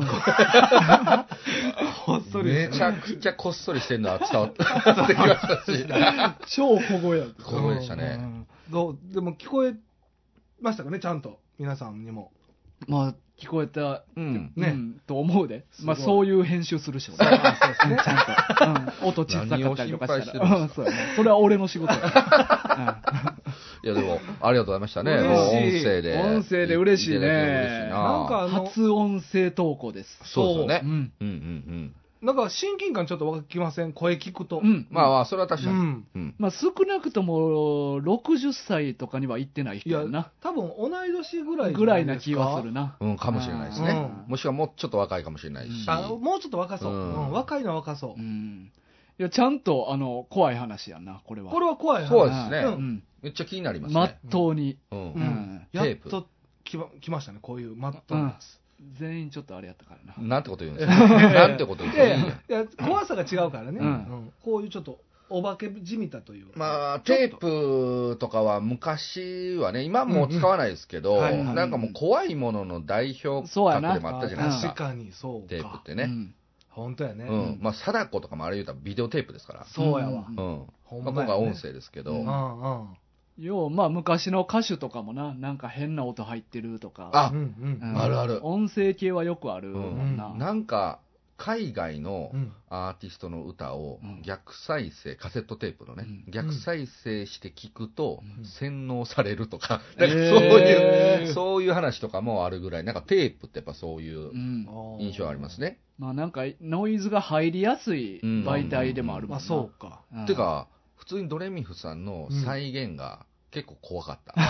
こっそり。 めちゃくちゃこっそりしてるのは伝わってきましたし、 超保護や。 小声でしたね。 でも聞こえましたかね、ちゃんと。皆さんにも。 まあ、 聞こえた、 うん。 ねと思うで。まあすごいそういう編集するし、俺そうですね。 ちゃんと。音小さかったりとかしたら。 何を心配してるんですかそうやね。それは俺の仕事やから。 いや、でも、ありがとうございましたね。 嬉しいもう音声で。 音声で嬉しいねただけて嬉しいな。 なんか初音声投稿です。 そうですよね。 うん。 うんうんなんか親近感ちょっと湧きません？声聞くと。 うん。 まあまあ、それは確かに。 うんうん。 まあ少なくとも60歳とかには行ってない人いややな。 多分同い年ぐらいじゃぐらいですかな気はするな。 うん、かもしれないですね。 うんもしくはもうちょっと若いかもしれないし。 もうちょっと若そう、 うん若いのは若そう、 うん。いや、ちゃんと、怖い話やんな、これは。 これは怖い話。 そうですねうん。 めっちゃ気になりますまっね。 とうに。 うんううんんやテープっと来ましたね、こういうマットなやつ。 全員ちょっとあれやったからな。 なんてこと言うんですかなんてこと言うんいやいですかやいや怖さが違うからね、 うんこういうちょっとお化けじみたというか。 まあ、テープとかは昔はね、今もう使わないですけど、 うんうんはいはいなんかもう怖いものの代表そうやな格でもあったじゃないですか。 確かにそうか。 テープってね。 うん本当やね。 うん。まあ、貞子とかもあれ言うたらビデオテープですから。 そうやわ。 うんうん。まあ、 ほんまやね今回音声ですけど、 ううんうん。 要は、まあ昔の歌手とかもな、なんか変な音入ってるとか。 あうんうんうんあるある音声系はよくあるもんな。 なんか、海外のうんアーティストの歌をうん逆再生、カセットテープのね、 うん逆再生して聞くとうん洗脳されるとか、 へーなんかそういう話とかもあるぐらい、なんかテープってやっぱそういううん印象ありますね。 まあなんかノイズが入りやすい媒体でもあるもんな。 まあそうか。 うんてか、普通にドレミフさんの再現が結構怖かった。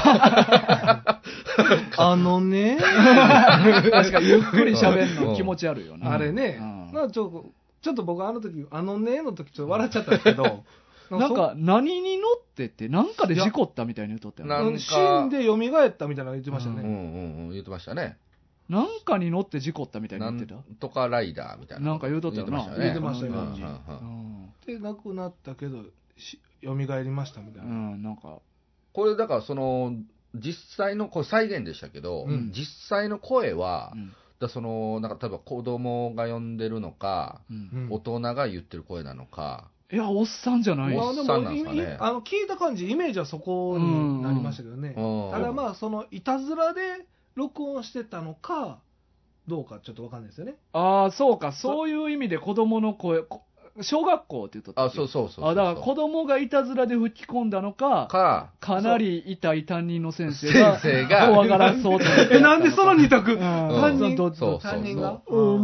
あのね、 確かにゆっくり喋るの気持ち悪いよな。 あれね、 うんなんかちょっと僕あの時、あのねの時ちょっと笑っちゃったんですけど、 なんか何に乗ってって、なんかで事故ったみたいに言っとったよな。 なんか死んで蘇ったみたいなの言ってましたうんうね。 んうん、言ってましたね。 なんかに乗って事故ったみたいにな言ってた。 んとかライダーみたいな。 なんか言うとったよな言ってましたね。 言ってましたようんうんうんで、亡くなったけど、蘇りましたみたいな。 うん、なんか、 これだからその、実際の、これ再現でしたけど、 うん実際の声は、 うんだその、なんか例えば子供が呼んでるのか、 うん大人が言ってる声なのか、 いや、おっさんじゃないおっさんなんですかね聞いた感じ、イメージはそこになりましたけどね。 うんただまあ、その、いたずらで録音してたのか、どうかちょっとわかんないですよね。 ああ、そうか、そういう意味で子供の声、小学校って言っとったっあ、 けそうそうそうそう。 あ、だから子供がいたずらで吹き込んだのか、かなり痛い担任の先生が、 先生が怖がらそうと思って。 なんでその二択うん担任どっちそうそうそう担任が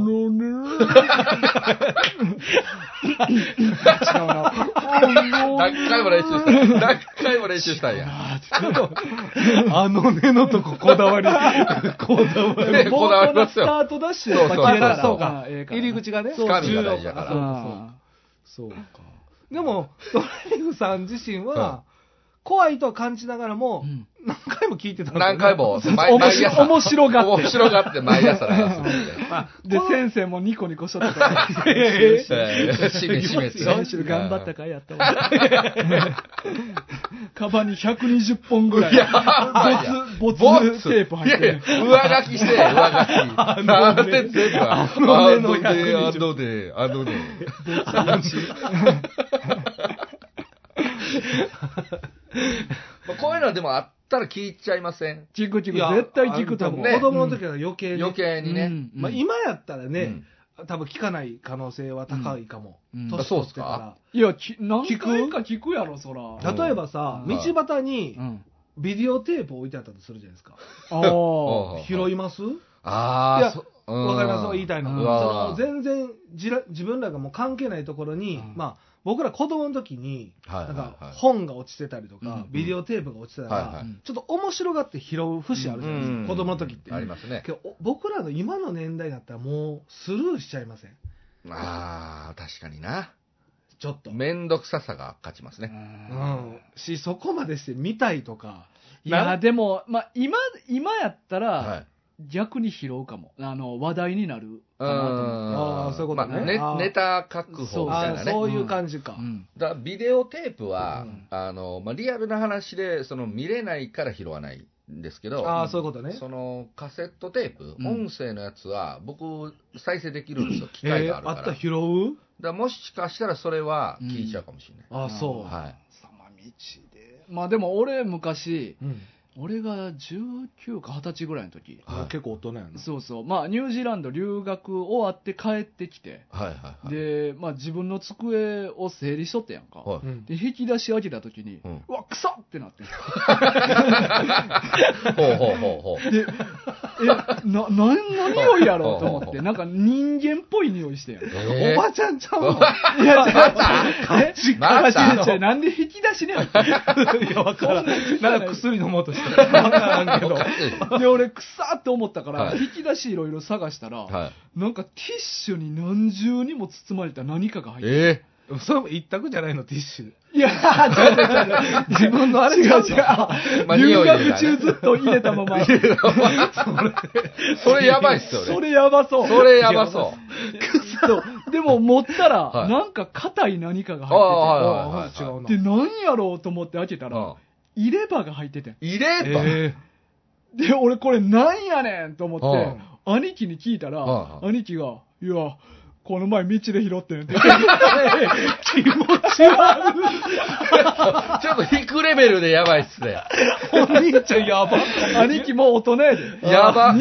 違うな。 何回も練習した。何回も練習したんや。 あのねのとここだわり。こだわり。 ねこだわりますよスタートダッシュをそうそう決めたらそうかええからな入り口がね。 つかみが大事だからそうか。でも、ドレミフさん自身は、怖いとは感じながらも、 うん何回も聞いてたんですよね何回も、毎朝。 面白がって面白がって毎朝流すんで。 で、先生もニコニコしとったから。 締め締めて。 先週頑張ったかいやったわ。カバンに120本ぐらい。ボツテープ入ってる。 いやいや上書きして、上書き。なんで全部あのね。こういうのはでもあったら聞いちゃいません？ 聞く聞く。 いや絶対聞くと思う。 ね子供の時は余計ね。 余計にね。 うんまあ今やったらねうん、 多分聞かない可能性は高いかも。 うん年取ってかいや、何回か聞くやろ、そら。 ら。例えばさ、 うん道端にうん。 ビデオテープ置いてあったとするじゃないですか。 ああ。 拾いますああ、 いやわかります言いたいの。 うんその全然自分らがもう関係ないところに、 うんまあ僕ら子供の時に、 はいはいはいなんか本が落ちてたりとか、 うんビデオテープが落ちてたら、 はいはいちょっと面白がって拾う節あるじゃないですか、子供の時って。 ありますね。 けど僕らの今の年代だったらもうスルーしちゃいません？ ああ、確かにな。 ちょっと。 めんどくささが勝ちますね。 そこまでして見たいとか。 いや、でも、まあ、今やったはら、 い。 逆に拾うかも。話題になるかなと思あーそういうことねあーネタ確保みたいなね。 そういう感じか。 って。うん。 だビデオテープは、 うんリアルな話で、見れないから拾わないんですけど、 ああ、そういうことね。 そのカセットテープ、 うん音声のやつは、僕、再生できるんですよ、機械があるから。 あった拾う？ もしかしたらそれは聞いちゃうかもしれない。 ああ、そう。 はい。 様道で。まあでも俺昔、 うん俺が19か20歳ぐらいの時。 はい結構大人やな。 そうそう。まあ、ニュージーランド留学終わって帰ってきて、 はいはいはい。 で、まあ、自分の机を整理しとってやんか。 はいうんで、引き出し開けた時に、 うんうわ、臭っってなって。 ほうほうほうほう。 で、何の匂いやろうと思って、なんか人間っぽい匂いしてんやん。 おばちゃんちゃうのいや、違う。 またなんで引き出しに入ってんのいや、わからん。なんか薬飲もうとしてる。わからんけど。 で、俺、臭っと思ったから、 はい引き出しいろいろ探したら、 はい。 なんかティッシュに何重にも包まれた何かが入ってる。 それも一択じゃないの、ティッシュ。 いや、違う。自分のあれ違う。 まあ留匂いで学中ずっと入れたまま。 それやばいっすよね。 それやばそう。 それやばそう。 そうでも持ったら、 はいなんか硬い何かがああ、 入はいはいはい。 違うなってて。で、何やろうと思って開けたらうん、 入れ歯が入ってて。 入れ歯えで、俺これなんやねんと思うんって、兄貴に聞いたら、 はい兄貴が、いや、この前道で拾ってんって。気持ち悪い。 ちょっと引くレベルでやばいっすね。 お兄ちゃんやば。 兄貴もう大人やで。 やば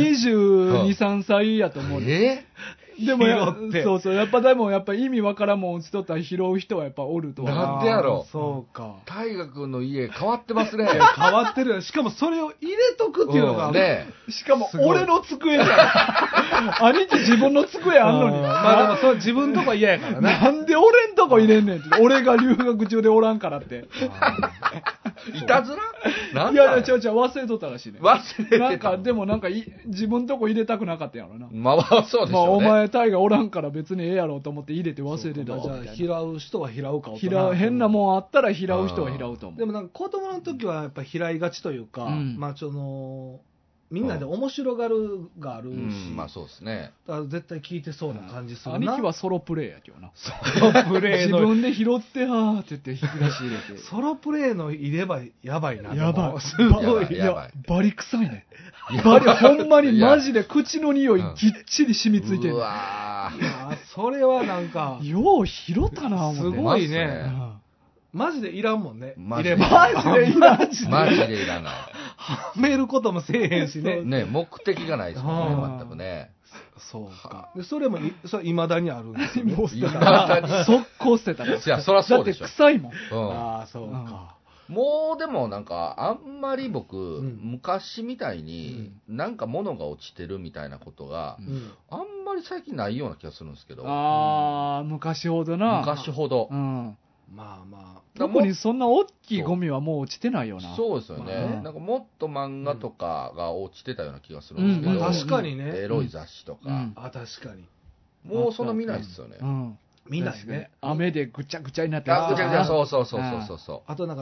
22、3歳やと思う。でも拾ってそうそう、やっぱでもやっぱ意味わからんもん落ちとったら拾う人はやっぱおるとは。 なんでやろそうか。 大河君の家変わってますね。 変わってるよ。しかもそれを入れとくっていうのが、 ねしかもすごい俺の机じゃん。兄貴自分の机あんのに。 まあでもそう自分とこ嫌やからな。 なんで俺んとこ入れんねんって。俺が留学中でおらんからって。 いたずらなんいやいや、 だちゃうちゃう、忘れとったらしいね。 忘れてた。 なんか、でもなんか自分とこ入れたくなかったんやろな。 まあ、そうでしまあ、おょうね。 前、タイがおらんから別にええやろうと思って入れて忘れてたわ。 じゃあ、 みたい拾う人は拾うか、 な変なもんあったら拾う人は拾うと思う。 でもなんか子供の時はやっぱ拾いがちというか、 うんまあみんなで面白がるがあるし、 うん、まあそうですね。 だから絶対聞いてそうな感じするな。 兄貴はソロプレイやけどな。 ソロプレイの、 自分で拾って、はーって言って引き出し入れて。 ソロプレイの入れ歯やばいな。 やばい。 すごい。 いやばいや、バリ臭いね。バリ、ほんまにマジで口の匂いぎっちり染みついてる。 うわーあそれはなんか、 よう拾ったな、思って。 すごいねうんマジでいらんもんね。 マジで入れ歯。 マジでいらんし。 マジでいらなはめることもせえへんしねい。。ね、目的がないですもんうんね、全くね。 そうか。でそれもいまだにあるんですよね。 もう捨てた未だにな。速攻捨てたな。 いやそらそうでしょだって臭いもん。 うん。 ああ、そうか。 もうでもなんか、あんまり僕、 ん昔みたいに、なんか物が落ちてるみたいなことが、 うんあんまり最近ないような気がするんですけど、 あー、昔ほどな。 昔ほどう。ん。 まあま特にそんな大きいゴミはもう落ちてないよな。 そうですよね、 うんなんかもっと漫画とかが落ちてたような気がするんですけど、 あ、確かにね。 エロい雑誌とか、 うんあ、確かに。 もうそんな見ないですよね。 うん。 見ないね。 雨でぐちゃぐちゃになってあ、ぐちゃぐちゃ、 う。 そうそうそうそうそう。 あとなんか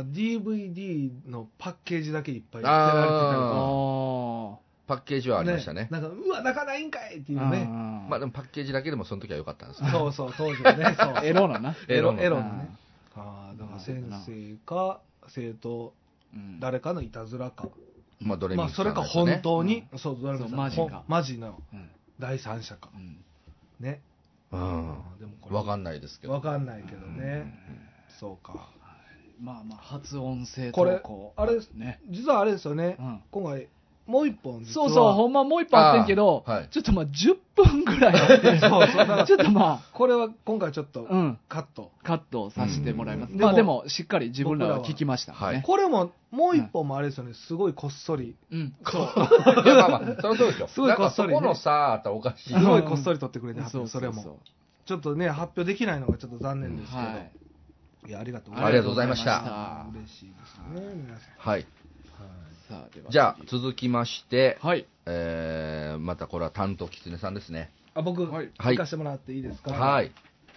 DVD のパッケージだけいっぱい捨てあーられてたりとあパッケージはありましたね。 なんか、うわ、泣かないんかいっていうーね。 まあでもパッケージだけでもその時は良かったんですけど。 そうそう、当時はね。そうエロなな。 エロのエロね。ああ、だから先生か、生徒、 うん誰かのいたずらか。 まあドレミまあ、それかさんのやつね本当に、そう、どれそうかマジかマジのうん第三者か。 うんね。 うん。 でもこれわかんないですけど。 わかんないけどね。そうか。 まあまあ、発音声これ投稿。 あれね。 実はあれですよねう。ん。 今回、もう一本実は。 そうそう、ほんまもう一本あってんけどあーはい、 ちょっとまあ10分ぐらいあって、 そうそうだからちょっとまこれは今回ちょっとあ、うん、 カット。 カットさせてもらいます。 うんまあでも、しっかり自分らは聞きました僕らはね。 これも、もう一本もあれですよね。すごいこっそり。 うん、そう。 いやまあまあ、その通りですよ。 すごいこっそりねなんかそこのさ、あったらおかしい。 すごいこっそり撮ってくれてはってそうそれも。 うちょっとね、発表できないのがちょっと残念ですけど。 はい。 いや、ありがとうありがとうございました嬉しいですね、皆さん。 はい。 さあ、では。 じゃあ、続きまして、 はい。 またこれは担当きつねさんですね。 あ、僕、 はい行かせてもらっていいですか。 はい。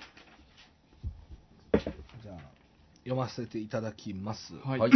じゃあ、読ませていただきます。 はい。 はい。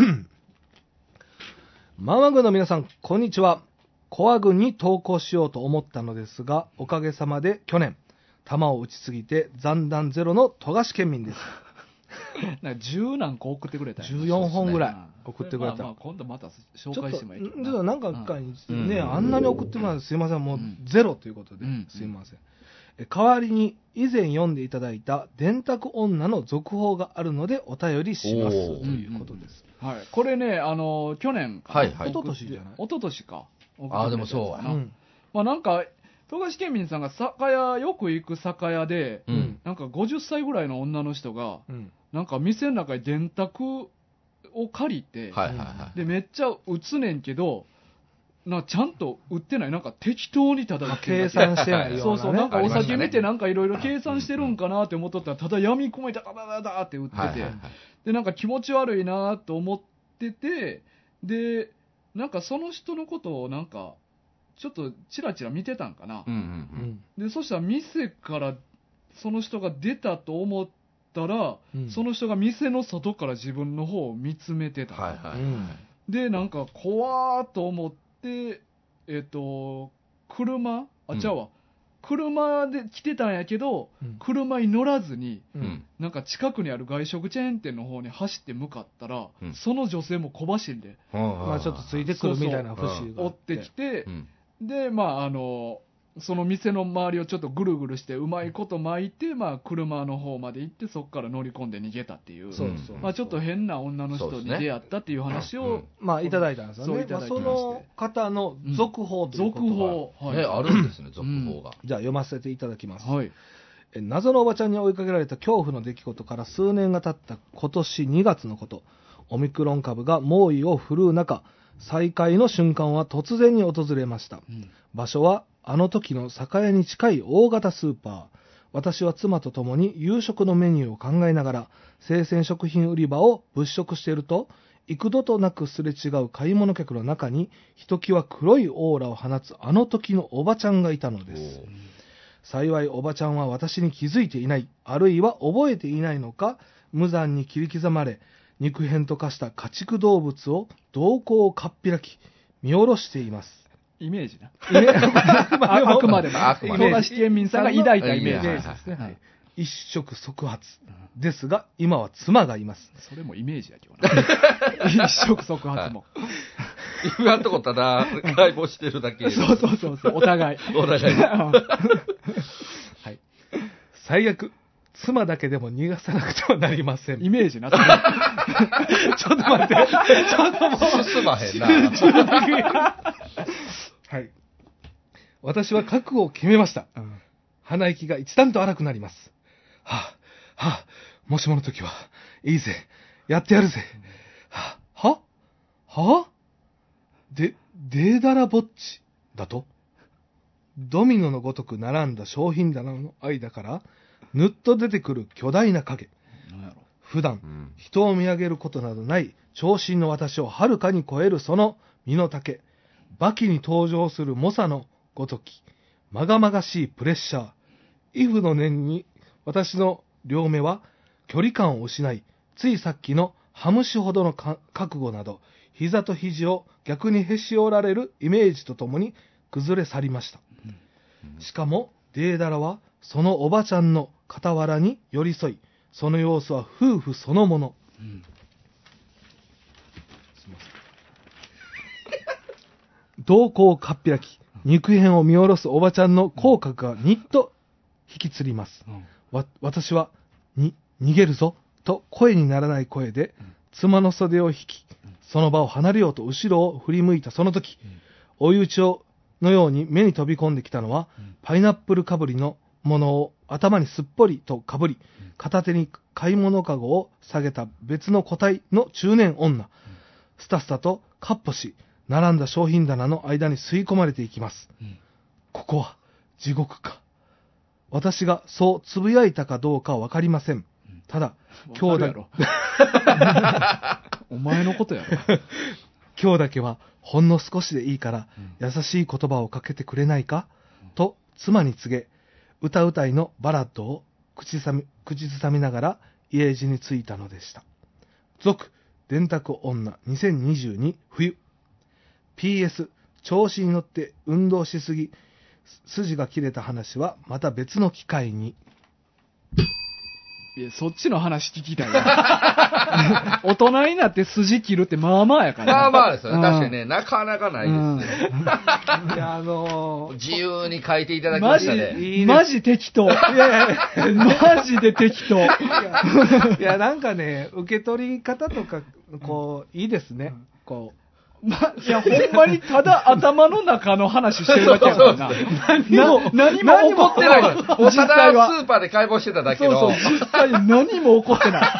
ママ軍の皆さん、こんにちは。コア軍に投稿しようと思ったのですが、おかげさまで去年、弾を撃ちすぎて残弾ゼロの富樫県民です。 なんか10何個送ってくれたんや 14本ぐらいうん送ってくれた。 まあまあ今度また紹ちょっと、 介してもいいけどちょっとなんか一回ね、 うんあんなに送ってもらってすいません、もううんゼロということで、 うんすいません。 代わりに以前読んでいただいた電卓女の続報があるのでお便りしますおーということです。 はい。これね、去年かな、 はいはい一昨年じゃない？ 一昨年か。 あーでもそうやなうん。 まあなんか、富樫県民さんが酒屋、よく行く酒屋で、 うん。 なんか50歳ぐらいの女の人が、 うん。 なんか店の中に電卓を借りて、 はいはいはい。 で、めっちゃ打つねんけど、ちゃんと売ってない、なんか適当にただ売ってる計算してないような、ね。 そうそう、なんかお酒見てありましたねなんかいろいろ計算してるんかなって思っとったら、ただ闇雲にダダダダダって売ってて、 はいはいはい。 で、なんか気持ち悪いなと思ってて、で、なんかその人のことをなんか、ちょっとチラチラ見てたんかな。 うんううんん。 で、そしたら店からその人が出たと思ったら、 うんその人が店の外から自分の方を見つめてた。 はいはいはい。 で、なんか怖ーと思って、車ちゃうわ。車で来てたんやけど、 うん車に乗らずに、 う。 うんん。 なんか近くにある外食チェーン店の方に走って向かったら、 うんその女性も小走りでまあちょっとついてくるみたいな節が追ってきてう、ん。 で、まあその店の周りをちょっとぐるぐるしてうまいこと巻いて、まあ車の方まで行ってそこから乗り込んで逃げたっていう、 そうそう。 まあちょっと変な女の人に出会ったっていう話を、 まあいただいたんですよね。 そういただきましてまあその方の続報ということが続報、はい、 ね、あるんですね、続報が。 じゃあ読ませていただきます。 はい、 謎のおばちゃんに追いかけられた恐怖の出来事から数年が経った今年2月のこと、オミクロン株が猛威を振るう中、再会の瞬間は突然に訪れました。 うん場所はあの時の酒屋に近い大型スーパー。私は妻と共に夕食のメニューを考えながら生鮮食品売り場を物色していると、幾度となくすれ違う買い物客の中にひときわ黒いオーラを放つあの時のおばちゃんがいたのです。幸いおばちゃんは私に気づいていない、あるいは覚えていないのか、無残に切り刻まれ肉片と化した家畜動物を瞳孔をかっぴらき見下ろしています。 イメージな。 ああくまでも、 あくまでも富樫県民さんが抱いたイメージですね。 はいはい一触即発ですが、今は妻がいます。 それもイメージやけどな。一触即発も。 今んとこただ、解剖してるだけで。 そうそうそうそう、お互い。 お互い。 はい。最悪、妻だけでも逃がさなくてはなりません。 イメージな。ちょっと待って。ちょっともう。 進まへんな。 はい。私は覚悟を決めました。 うん鼻息が一段と荒くなります。はあ、はあ、もしもの時は、いいぜ、やってやるぜ。はあ、はデーダラぼっちだと？ドミノのごとく並んだ商品棚の間から、ぬっと出てくる巨大な影。 なんやろ。 普段、 うん人を見上げることなどない長身の私をはるかに超えるその身の丈、バキに登場する猛者のごとき、まがまがしいプレッシャー、イフの念に私の両目は距離感を失い、ついさっきのハムシほどの覚悟など、膝と肘を逆にへし折られるイメージとともに崩れ去りました。しかも、デーダラはそのおばちゃんの傍らに寄り添い、その様子は夫婦そのもの。 うん瞳孔をかっぴらき、肉片を見下ろすおばちゃんの口角がにっと引きつります。私は、逃げるぞ、と声にならない声で、妻の袖を引き、その場を離れようと後ろを振り向いたその時、追い打ちのように目に飛び込んできたのは、パイナップルかぶりのものを頭にすっぽりとかぶり、片手に買い物かごを下げた別の個体の中年女、スタスタとかっ歩し、並んだ商品棚の間に吸い込まれていきます。ここは地獄か。私がそうつぶやいたかどうかはわかりません。ただ、今日だろ。お前のことやろ。 今日だけはほんの少しでいいから優しい言葉をかけてくれないか、と妻に告げ、歌うたいのバラッドを口ずさみながら家路に着いたのでした。続、電卓女2022冬。PS、調子に乗って運動しすぎ、筋が切れた話はまた別の機会に。 いや、そっちの話聞きたいな。大人になって筋切るってまあまあやから。 まあまあですよね。 うん確かにね、なかなかないですね。 いや、 自由に書いていただきマジましたね。 いいですマジ適当。 いやいやいマジで適当。 や、いやなんかね、受け取り方とか、こう、いいですね。こう。 いや、ほんまにただ頭の中の話してるだけやからな。何も起こってない。 もうた実際だは。 スーパーで解剖してただけの。 そうそう、実際何も起こってない。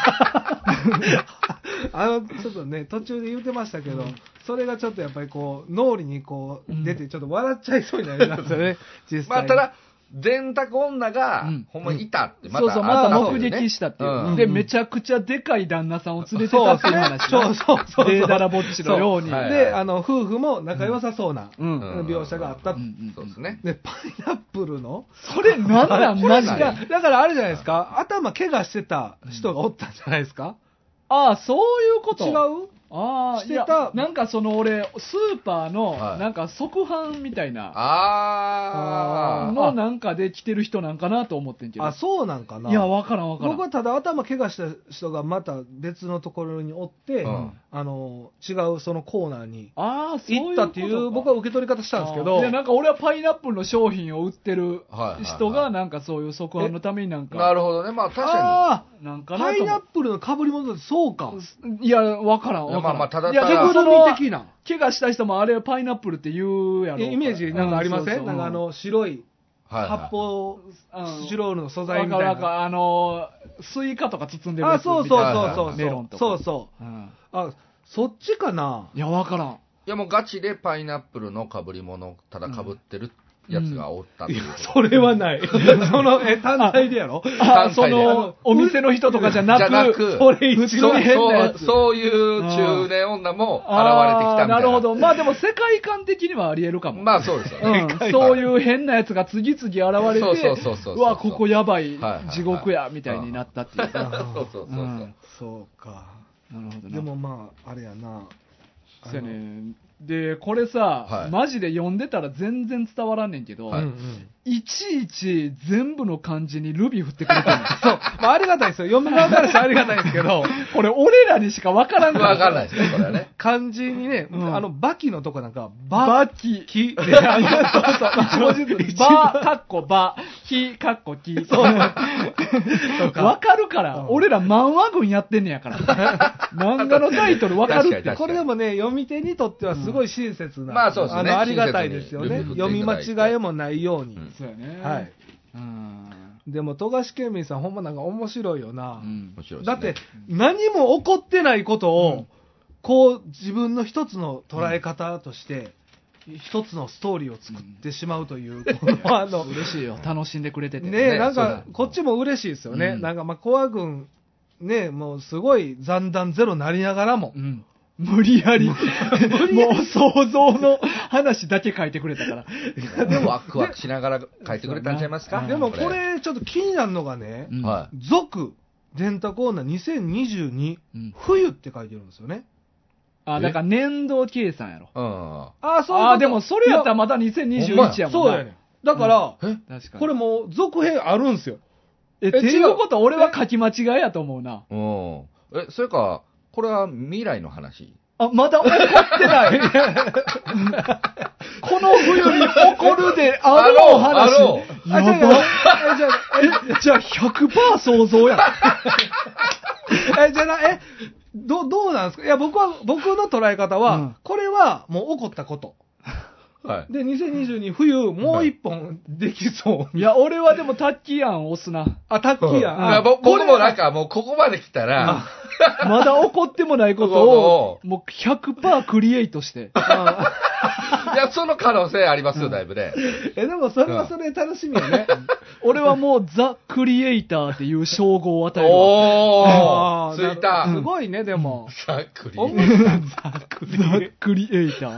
ちょっとね、途中で言ってましたけど、それがちょっとやっぱりこう、脳裏にこう、出て、ちょっと笑っちゃいそうになりますよね、実際。 まあ、ただ、電卓女がう、んほんまにいたって、 そうそう、また目撃ししたっていう。 うんで、めちゃくちゃでかい旦那さんを連れてたっていう話。 そうそう。 デーダラぼっちのように。 はいで、夫婦も仲良さそうなうん描写があった。 うんそうですね。 で、パイナップルのそれなんなんマジいやで。 だからあれじゃないですか、頭怪我してた人がおったんじゃないですか。 ああ、そういうこと。 違うああ、 してたいやなんかその俺、スーパーの、 はいなんか側販みたいな、 あのなんかで来てる人なんかなと思ってんけど。 あ、そうなんかな。 いや、わからんわからん。 僕はただ頭怪我した人がまた別のところにおって、 うん違うそのコーナーにああ、そういうことか行ったっていう僕は受け取り方したんですけど、 いや、なんか俺はパイナップルの商品を売ってるはい人が、なんかそういう側販のためになんか、 なるほどね。まあ確かあなんかあ、パイなと思ナップルの被り物ってそうか。 いや、わからんわからん。 まあまあただいや、 ただでもそ手ぐるのみ的な。 怪我した人もあれパイナップルって言うやろ。 イメージなんかありません、 うなんか白いに。はいはい発泡うんスチロールの素材わみたいな。 かるわかる。スイカとか包んでるやあ、 つそうそうみたいなそうそう。 メロンとか。 そうそう。 うんあ、そっちかな。 いや、わからん。 いやもうガチでパイナップルの被り物、ただ被ってるやつがおったっていうこと。 それはない。その、単体でやろあ、そ単体での、お店の人とかじゃなく、 じゃなくそれ一普通に変なやつ。 そういう中年女も現れてきたみたいな。 あーなるほど。まあでも世界観的にはあり得るかも。 まあそうですよね。 うん、そういう変なやつが次々現れて、 そうわ、ここやばいはいはいはい地獄や、みたいになったっていう。 そうそうそうそう。 うんそうか。 なるほどな。 でもまあ、あれやな。 そうやね。で、これさ、 はいマジで読んでたら全然伝わらんねんけど、 はいいちいち全部の漢字にルビ振ってくれてるの。 そう。まあ、ありがたいですよ。読む側からしたらありがたいですけど、 これ俺らにしかわからんから。 わかんないですね、これはね。 漢字にね、 うんバキのとこなんか、 バキ。 キで、そうそう、一文字ずつ、バ、カッコバ、キ、カッコキ。わかるから、俺ら漫画群やってんねやから。漫画のタイトルわかるって。 確かにこれでもね、読み手にとってはすごい親切な、 まあそうですねありがたいですよね。 親切に読み間違いもないように。 うんそうやね。 はい。 うん。 でも、富樫県民さんほんまなんか面白いよな。 うん面白いですね。 だって、何も起こってないことを、こう、自分の一つの捉え方として、一つのストーリーを作ってしまうという、この嬉しいよ。楽しんでくれてて。 ねなんかそうだ、 こっちも嬉しいですよね。 うんなんか、まあ、コア軍、ねもうすごい残弾ゼロになりながらもう、ん。無理やり、もう想像の話だけ書いてくれたから。 でもワクワクしながら書いてくれたんちゃいますか。 うんでもこれ、ちょっと気になるのがね、 うんは続、電卓女2022、 うん冬って書いてるんですよね。 あ、だから年度計算やろ。 い。うん。 ああ、そういうことあ、でもそれやったらまた2021やもんな。 そうやねん。だから、 え確かに。 これもう続編あるんですよ。 っていうこと俺は書き間違いやと思うな。 うん。それか、これは未来の話。 あ、まだ起こってない。この冬に起こるであろう話。 あろうやば。じゃあ100% 想像やん。 じゃあな、どうなんですか。いや、僕の捉え方は、 うんこれはもう起こったこと。 はい。 で、2022冬、もう一本できそう。 いや、俺はでもタッキー案押すな。 あ、タッキーや。 だから僕もなんかもうここまで来たら、 まだ起こってもないことを、もう100% クリエイトして。 いや、その可能性ありますよ、だいぶね。 でもそれはそれで楽しみよね。 俺はもうザ・クリエイターっていう称号を与えるわ。 おー、ついすた。 ごいね、でも。 ざっくり。 思ったザ・クリエイター。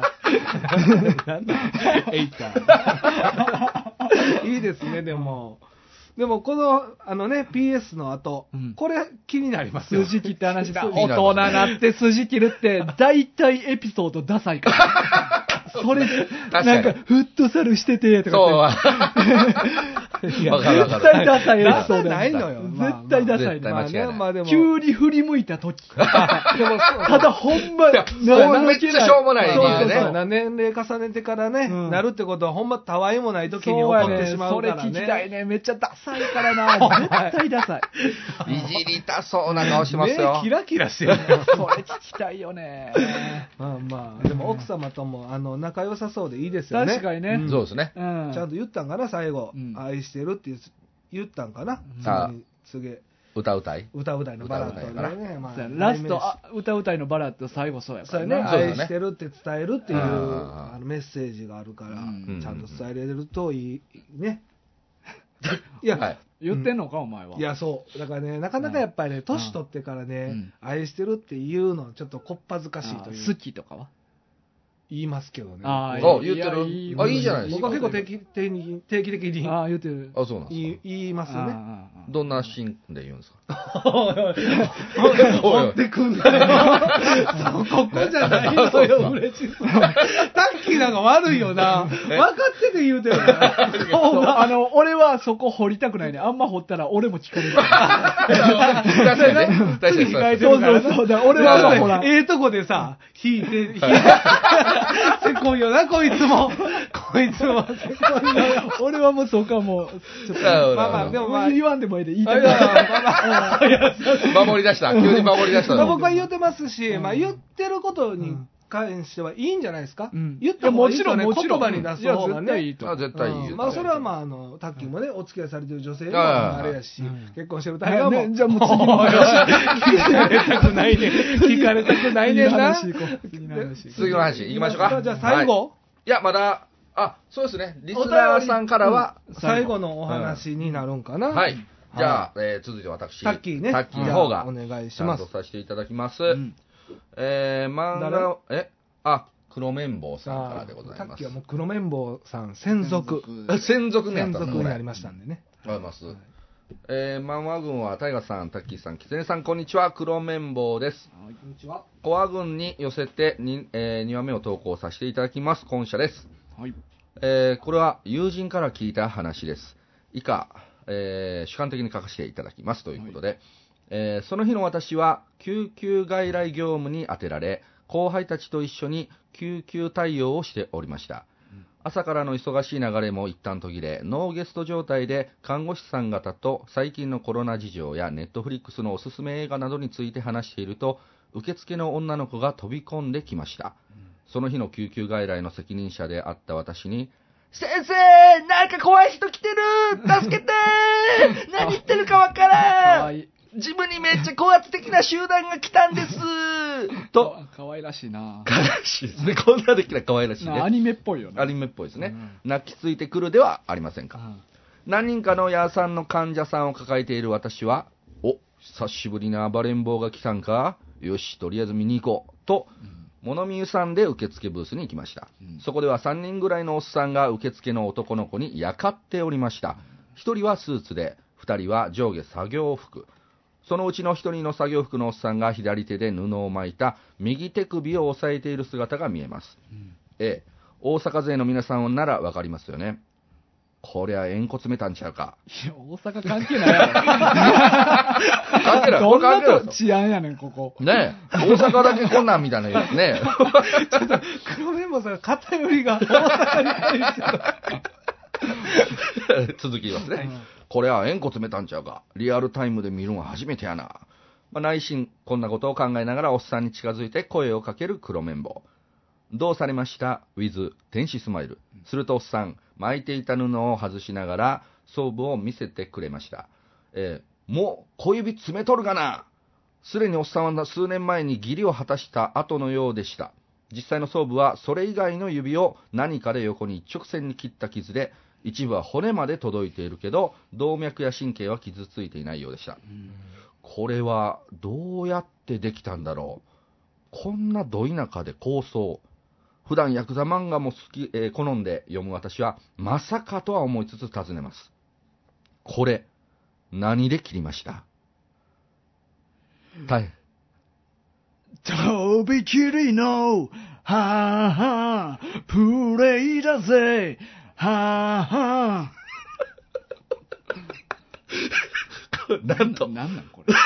エイター。いいですね、でも。でも、この、PS の後、 うんこれ気になりますよ。 筋切って話だ。 筋大人なって筋切るって、大体エピソードダサいから。それ、 確かになんか、フットサルしてて、とそうかって。 いやわかるわかる。 絶対ダサいエピソードやったないのよ。 絶対ダサいね。 絶対間違いないまあでも、 急に振り向いた時。 でもただほんま、 めっちゃしょうもない理由ね。 そうそう年齢重ねてからね、 うんなるってことはほんまたわいもない時に起こってしまうからね。 それ聞きたいね。めっちゃダサいからな。絶対ダサい。 いじりたそうな顔しますよ目。キラキラしてる。 それ聞きたいよね。 まあまあ、でも奥様とも仲良さそうでいいですよね。 確かにね。 そうですね。 うん。 ちゃんと言ったんかな、最後。 うん愛してるって言ったんかな。 あ次に歌うたい歌うたいのバラッド歌うたいでね。まあラスト、歌うたいのバラッド最後そうやからね。 そうやね、 そうだね愛してるって伝えるっていうあメッセージがあるから、 うんちゃんと伝えれるといいね。いや、 はい。 言ってんのか、お前は。 いや、そう。だからね、なかなかやっぱりね、年取ってからね、 うん愛してるっていうのちょっとこっぱずかしいという。 好きとかは言いますけどね。 ああ言ってるいあいいじゃないですか僕は結構定期的にああ、言ってる。 あ、そうなんですか。 言いますね。 ああどんなシーンで言うんですか。 持ってくんなよ。ここじゃないのよ、嬉しそう。タッキーなんか悪いよな。分かってて言うてるな。 そう俺はそこ掘りたくないね。あんま掘ったら俺も聞こえる。 確かにね。確かにそうです。 そうそうそう。だから俺はあんま掘らん。 ええとこでさ、引いて、せこいよな、こいつも。こいつも、せこいのよ。 俺はもうそこはもう、ちょっと、 まあまあ、でもまあ、 言わんでもいいで言いたいくない。 や守り出した。急に守り出したの。 僕は言ってますし、まあ言ってることに関してはいいんじゃないですか。 うん言った方がいいですよね、 もちろん言葉に出す方がね。 いや絶対いいとあ、 思う。 絶対いいよ。 まあそれはまあタッキーもね、お付き合いされてる女性のあああれやし、結婚してるはいタイガーも。 ねじゃあもう次の聞かれたくないね。聞かれたくないねんな。 次の話行こう次の話行こ次の話行きましょうか。 じゃあ最後、 いや、まだ、そうですね。リスナーさんからは、 最後のお話になるんかな。 はい。じゃあ、続いて私。 タッキーね。 タッキーの方が、 お願いしちゃんます。 とさせていただきます。 うん漫画、黒綿棒さんからでございますタッキーは。もう黒綿棒さん専属。 専属になっ専た属になりましたんでね。 ありがとうございます。漫画軍はタイガさん、タッキーさん、キツネさん、こんにちは。黒綿棒です。 う。こんにちは。 コア軍に寄せて 2話目を投稿させていただきます。今社です。 はい。 これは友人から聞いた話です。以下、主観的に書かせていただきますということで、その日の私は救急外来業務に充てられ、後輩たちと一緒に救急対応をしておりました。朝からの忙しい流れも一旦途切れ、ノーゲスト状態で看護師さん方と最近のコロナ事情やネットフリックスのおすすめ映画などについて話していると、受付の女の子が飛び込んできました。その日の救急外来の責任者であった私に、先生、なんか怖い人来てる、助けて何言ってるかわかからわん、 いい。 自分にめっちゃ高圧的な集団が来たんですと、 かわいらしいな。 悲しいですね。こんなできたら可愛らしいね。 アニメっぽいよね。 アニメっぽいですね。泣きついてくるではありませんか。何人かのヤーさんの患者さんを抱えている私は、久しぶりな暴れん坊が来たんか、よし、とりあえず見に行こうと、物見湯さんで受付ブースに行きました。そこでは3人ぐらいのおっさんが受付の男の子にやかっておりました。1人はスーツで、2人は上下作業服。そのうちの1人の作業服のおっさんが左手で布を巻いた右手首を押さえている姿が見えます。大阪勢の皆さんならわかりますよね。こりゃ円骨メタンちゃうか。 いや、大阪関係ないやろ。 関係ない。 どんな関係ないですと治安やねん、ここ。 ねえ、大阪だけこんなんみたいなやつね。 黒綿棒さんが偏りが大阪に対して。 続きますね。これは円骨メタンちゃうか。リアルタイムで見るのは初めてやな。内心、こんなことを考えながらおっさんに近づいて声をかける黒綿棒。どうされました ?with 天使スマイル。するとおっさん、巻いていた布を外しながら装部を見せてくれました。もう小指詰めとるがな。すでにおっさんは数年前に義理を果たした後のようでした。実際の装部はそれ以外の指を何かで横に一直線に切った傷で、一部は骨まで届いているけど、動脈や神経は傷ついていないようでした。これはどうやってできたんだろう。こんなど田舎で構想。普段ヤクザ漫画も好んで読む私は、まさかとは思いつつ尋ねます。これ、何で切りました？はい。 とびきりの、はぁはぁ、プレイだぜ、はぁはなんと、 なんこれ。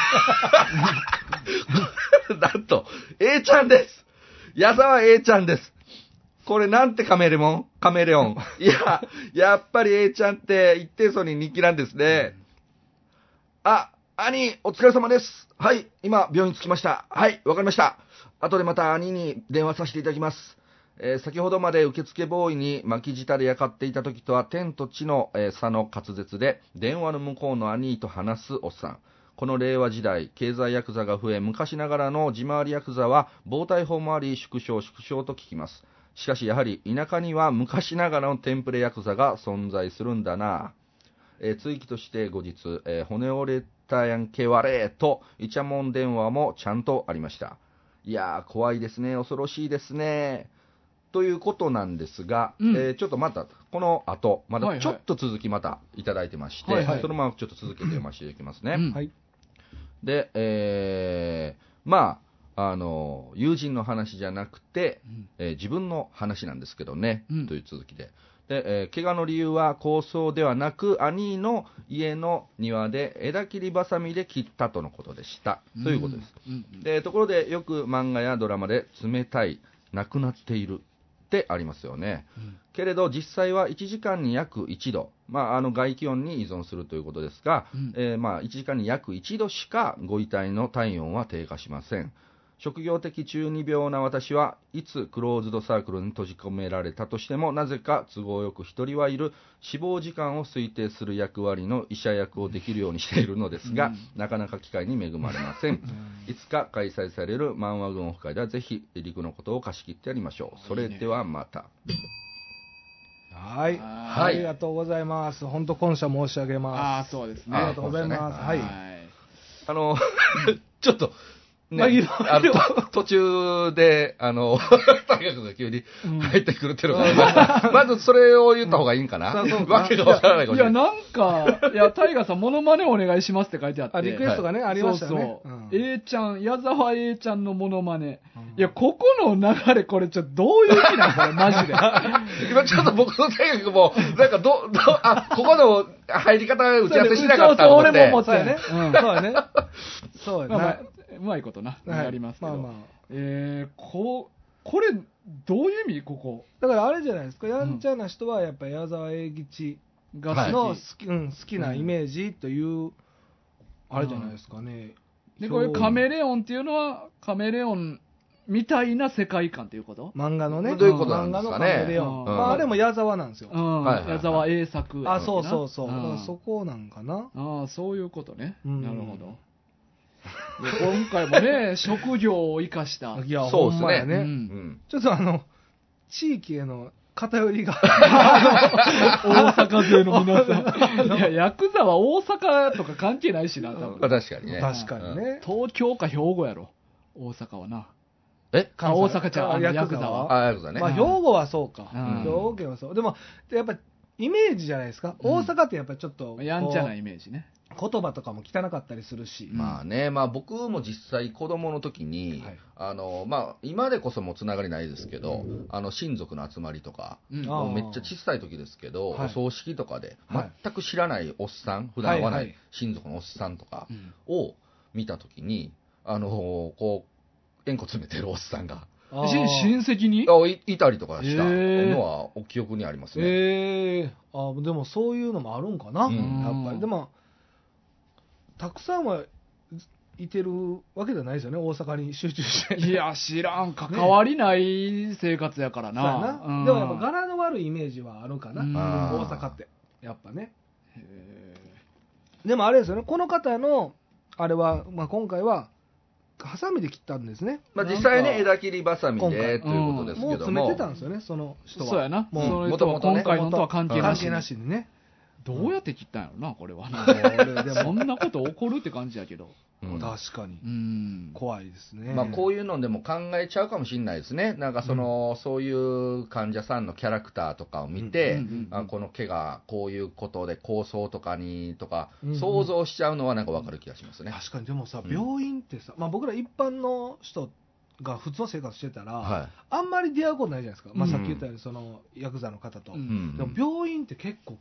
なんと、A ちゃんです。矢沢 A ちゃんです。これなんてカメレオン。いや、やっぱり A ちゃんって一定層に人気なんですね。あ、兄、お疲れ様です。はい、今、病院着きました。はい、わかりました。後でまた兄に電話させていただきます。先ほどまで受付ボーイに巻き舌でやかっていた時とは天と地の、差の滑舌で、電話の向こうの兄と話すおっさん。この令和時代、経済ヤクザが増え、昔ながらの地回りヤクザは、暴対法もあり、縮小と聞きます。しかしやはり、田舎には昔ながらのテンプレヤクザが存在するんだな。追記として後日、骨折れたやんけわれと、イチャモン電話もちゃんとありました。いやー、怖いですね、恐ろしいですね。ということなんですが、ちょっとまた、この後、まだちょっと続きまたいただいてまして、そのままちょっと続けて読ませていただきますね。 はい。 で、まあ、友人の話じゃなくて、自分の話なんですけどね、という続きで。で、怪我の理由は構想ではなく、兄の家の庭で枝切りばさみで切ったとのことでした。ということです。で、ところで、よく漫画やドラマで冷たい、なくなっているってありますよね。けれど、実際は1時間に約1度、外気温に依存するということですが、1時間に約1度しかご遺体の体温は低下しません。職業的中二病な私はいつクローズドサークルに閉じ込められたとしてもなぜか都合よく一人はいる死亡時間を推定する役割の医者役をできるようにしているのですが、なかなか機会に恵まれません。いつか開催される漫画軍オフ会ではぜひ陸のことを貸し切ってやりましょう。それではまた。 はい。ありがとうございます。本当感謝申し上げます。 そうですね。 ありがとうございます。はい。 ちょっと、ね、途中で、大学が急に入ってくるっていうのが、まずそれを言った方がいいんかなわけがわからないかもしれない。 いや、なんか、タイガーさん、モノマネお願いしますって書いてあって。 リクエストがね、ありましたね。 A ちゃん、矢沢 A ちゃんのモノマネ。いや、ここの流れ、これ、ちょっとどういう意味なんこれ、マジで。 今ちょっと僕の大学も、なんかここの入り方打ち合わせしなかったと思って。 俺も思ったよね。 そうね。そうね。 うまいことな、やりますけど。これ、どういう意味ここ。 だからあれじゃないですか、やんちゃな人はやっぱ矢沢永吉の好きなイメージという、あれじゃないですかね。 で、これカメレオンっていうのは、カメレオンみたいな世界観っていうこと？ 漫画のね。 どういうことなんですかね。 漫画のカメレオン。あれも矢沢なんですよ。 矢沢永作。 そう。そこなんかな。 そういうことね。なるほど。今回もね、職業を生かした。 いや、そうですね。ちょっと地域への偏りが。 大阪勢の皆さん。いや、ヤクザは大阪とか関係ないしな、多分。 確かにね。 確かにね。 東京か兵庫やろ。大阪はな。 大阪ちゃん、ヤクザは。 ヤクザね。 兵庫はそうか。兵庫県はそう。でも、やっぱイメージじゃないですか。大阪ってやっぱちょっと。 やんちゃなイメージね。 言葉とかも汚かったりするし。 まあね、僕も実際子供の時に、今でこそもうつながりないですけど、親族の集まりとか、めっちゃ小さい時ですけど、お葬式とかで、全く知らないおっさん、普段会わない親族のおっさんとかを見た時に、こう、円弧詰めてるおっさんが。 親戚にいたりとかしたのは、記憶にありますね。 でもそういうのもあるんかな、やっぱり。でも、たくさんはいてるわけじゃないですよね、大阪に集中して。 いや、知らん。関わりない生活やからな。 でもやっぱ柄の悪いイメージはあるかな、大阪って。やっぱね。でもあれですよね、この方の、あれは、今回は、ハサミで切ったんですね。 実際ね、枝切りばさみでということですけども。 もう詰めてたんですよね、その人は。 そうやな。 もともと今回のとは関係なし。 関係なしにね。 どうやって切ったんやろな、これは。そんなこと起こるって感じやけど。 確かに。怖いですね。 こういうのでも考えちゃうかもしれないですね。なんかそういう患者さんのキャラクターとかを見て、この毛がこういうことで構想とかにとか、想像しちゃうのはなんかわかる気がしますね。 確かに、でもさ、病院ってさ、僕ら一般の人が普通の生活してたら、あんまり出会うことないじゃないですか。さっき言ったように、ヤクザの方と。でも病院って結構、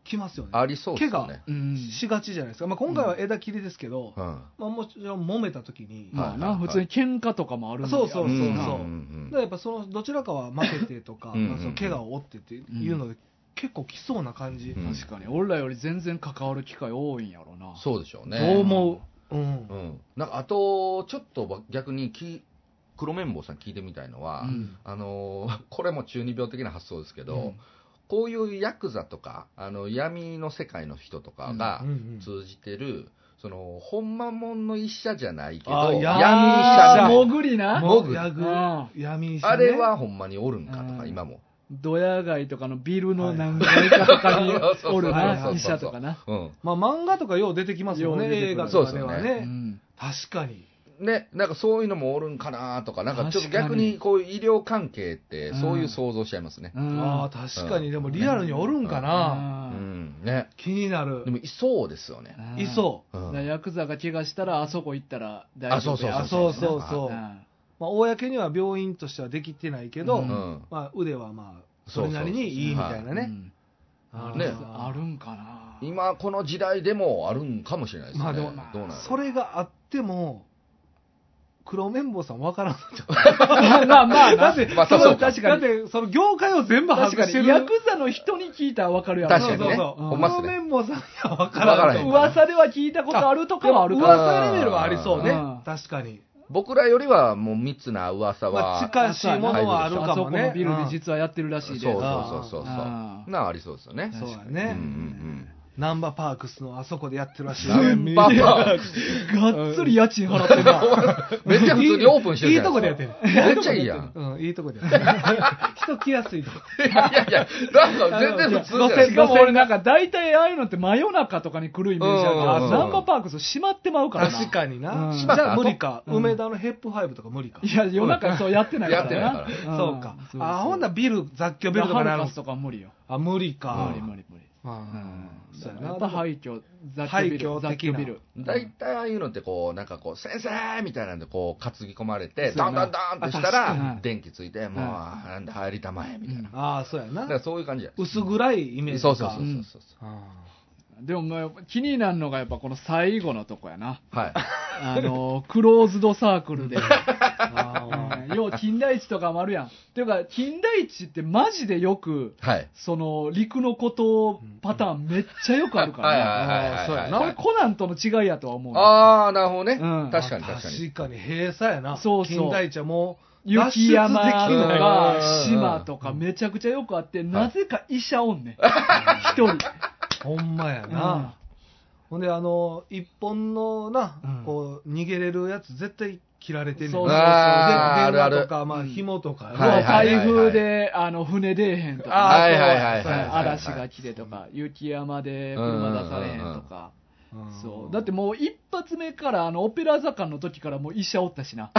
きますよね。 ありそうですよね。 うんしがちじゃないですか。まあ、今回は枝切りですけど、 うん。 まあ、もちろん揉めた時に、 まあな、 はいはいはい普通に喧嘩とかもあるんでそうそうそうそう。 うんだからやっぱそのどちらかは負けてとか、 うんまあ、その怪我を負ってっていうので、結構来そうな感じ。 うん確かに俺らより全然関わる機会多いんやろうな。 そうでしょうね。 どう思う？うん。 うん。なんかあと、ちょっと逆に黒綿棒さん聞いてみたいのは、 うんこれも中二病的な発想ですけど、 うんこういうヤクザとか、闇の世界の人とかがうんうん通じてる、その、ほんまもんの医者じゃないけど、 あ闇医や者潜りな。 もぐヤグうん闇医者ねあれはほんまにおるんかとか、 うん今も。 ドヤ街とかのビルの何階かとかにおるな、 はいはい医者とかな。 うん。 まあ漫画とかよう出てきますよね、 よう出てくる映画とかではそうですね。 うん確かに。 ね、なんかそういうのもおるんかなとか、なんかちょっと確かに逆にこういう医療関係って、そういう想像しちゃいますね。 うんああ、確かに。でもリアルにおるんかな。 うん。ね。 気になるで。もいそうですよね。 いそう。 うんだからヤクザが怪我したらあそこ行ったら大丈夫やあそうそうそううんまあ、公には病院としてはできてないけど、 うんまあ、腕はまあ、それなりにいいみたいなね。 うんあねあるんかな。 今この時代でもあるんかもしれないですね。 まあでもどうなんやろそれがあっても、黒綿棒さんわからんのちゃうまあまあな、 だって、 まあそうか確かに。 だって、その業界を全部把握確かに、 してる。 ヤクザの人に聞いたら分かるやろ。 確かにねそうそうそうほんまっすね黒綿棒さんにはわからんわからへん噂では聞いたことあるとかはあるか噂ら。 レベルはありそうねうん。 確かに。 僕らよりはもう密な噂まあ、 は、 近しいものはあるあそこかもね。 のビルで実はやってるらしいで。 そうそうそうそうあーなありそうですよね。 そうだうんうんね。ナンバーパークスのあそこでやってるらしい。 ナンバーパークがっつり家賃払ってんな。 めっちゃ普通にオープンしてるいいじゃないとこでやってる。 めっちゃいいやん。 うん、いいとこでやってる。人来やすいとこ。 いやいや、なんか全然普通じゃないしかも俺なんか大体ああいうのって真夜中とかに来るイメージあるけど、 うんナンバーパークス閉まってまうからな。 確かにな。 うんじゃあ無理か。 うん梅田のヘップファイブとか無理か。 いや、夜中そうやってないからな。 やってないからそうか。 そうあ、ほんならビル、雑居ビルとかなるハルカスとか無理よ。 あ、無理か。 無理無理無理。 あうんそうやなやっぱ廃墟、雑居ビ廃ル。雑墟的な居ビル。 大体ああいうのってこう、なんかこう、先生みたいなんでこう、担ぎ込まれて、 そうやなダンダンダンってしたあ確かにら、電気ついて、もう、なんで入りたまえ、みたいな。 あ、そうやだからな。 そういう感じや。 薄暗いイメージか。 そうそうそうそうそう。 あでもまあ気になるのがやっぱこの最後のとこやな。 はい。 クローズドサークルで。 あ要は金田一とかもあるやん。っていうか、金田一ってマジでよく、 はい。 その、陸のことパターンめっちゃよくあるからはいな。 はいはい。 そうやなこれコナンとの違いやとは思う。 あー、なるほどね。 うん確かに確かに。 確かに閉鎖やな。 そうそう金田一はもう、 雪山と脱出できないかうん島とかめちゃくちゃよくあって、なぜか医者おんねん。一人。 ほんまやな。ほんで、一本のなうん、 こう、逃げれるやつ絶対切られてんねんそうであー電あるある話とか、まあ、 うん紐とか。 はいはいはい台風で、船出えへんとか。 あーはいはいはいそうはい。 嵐が来てとか、雪山で車出されへんとか。 うんそう。だってもう一発目から、オペラ座館の時からもう医者おったしな。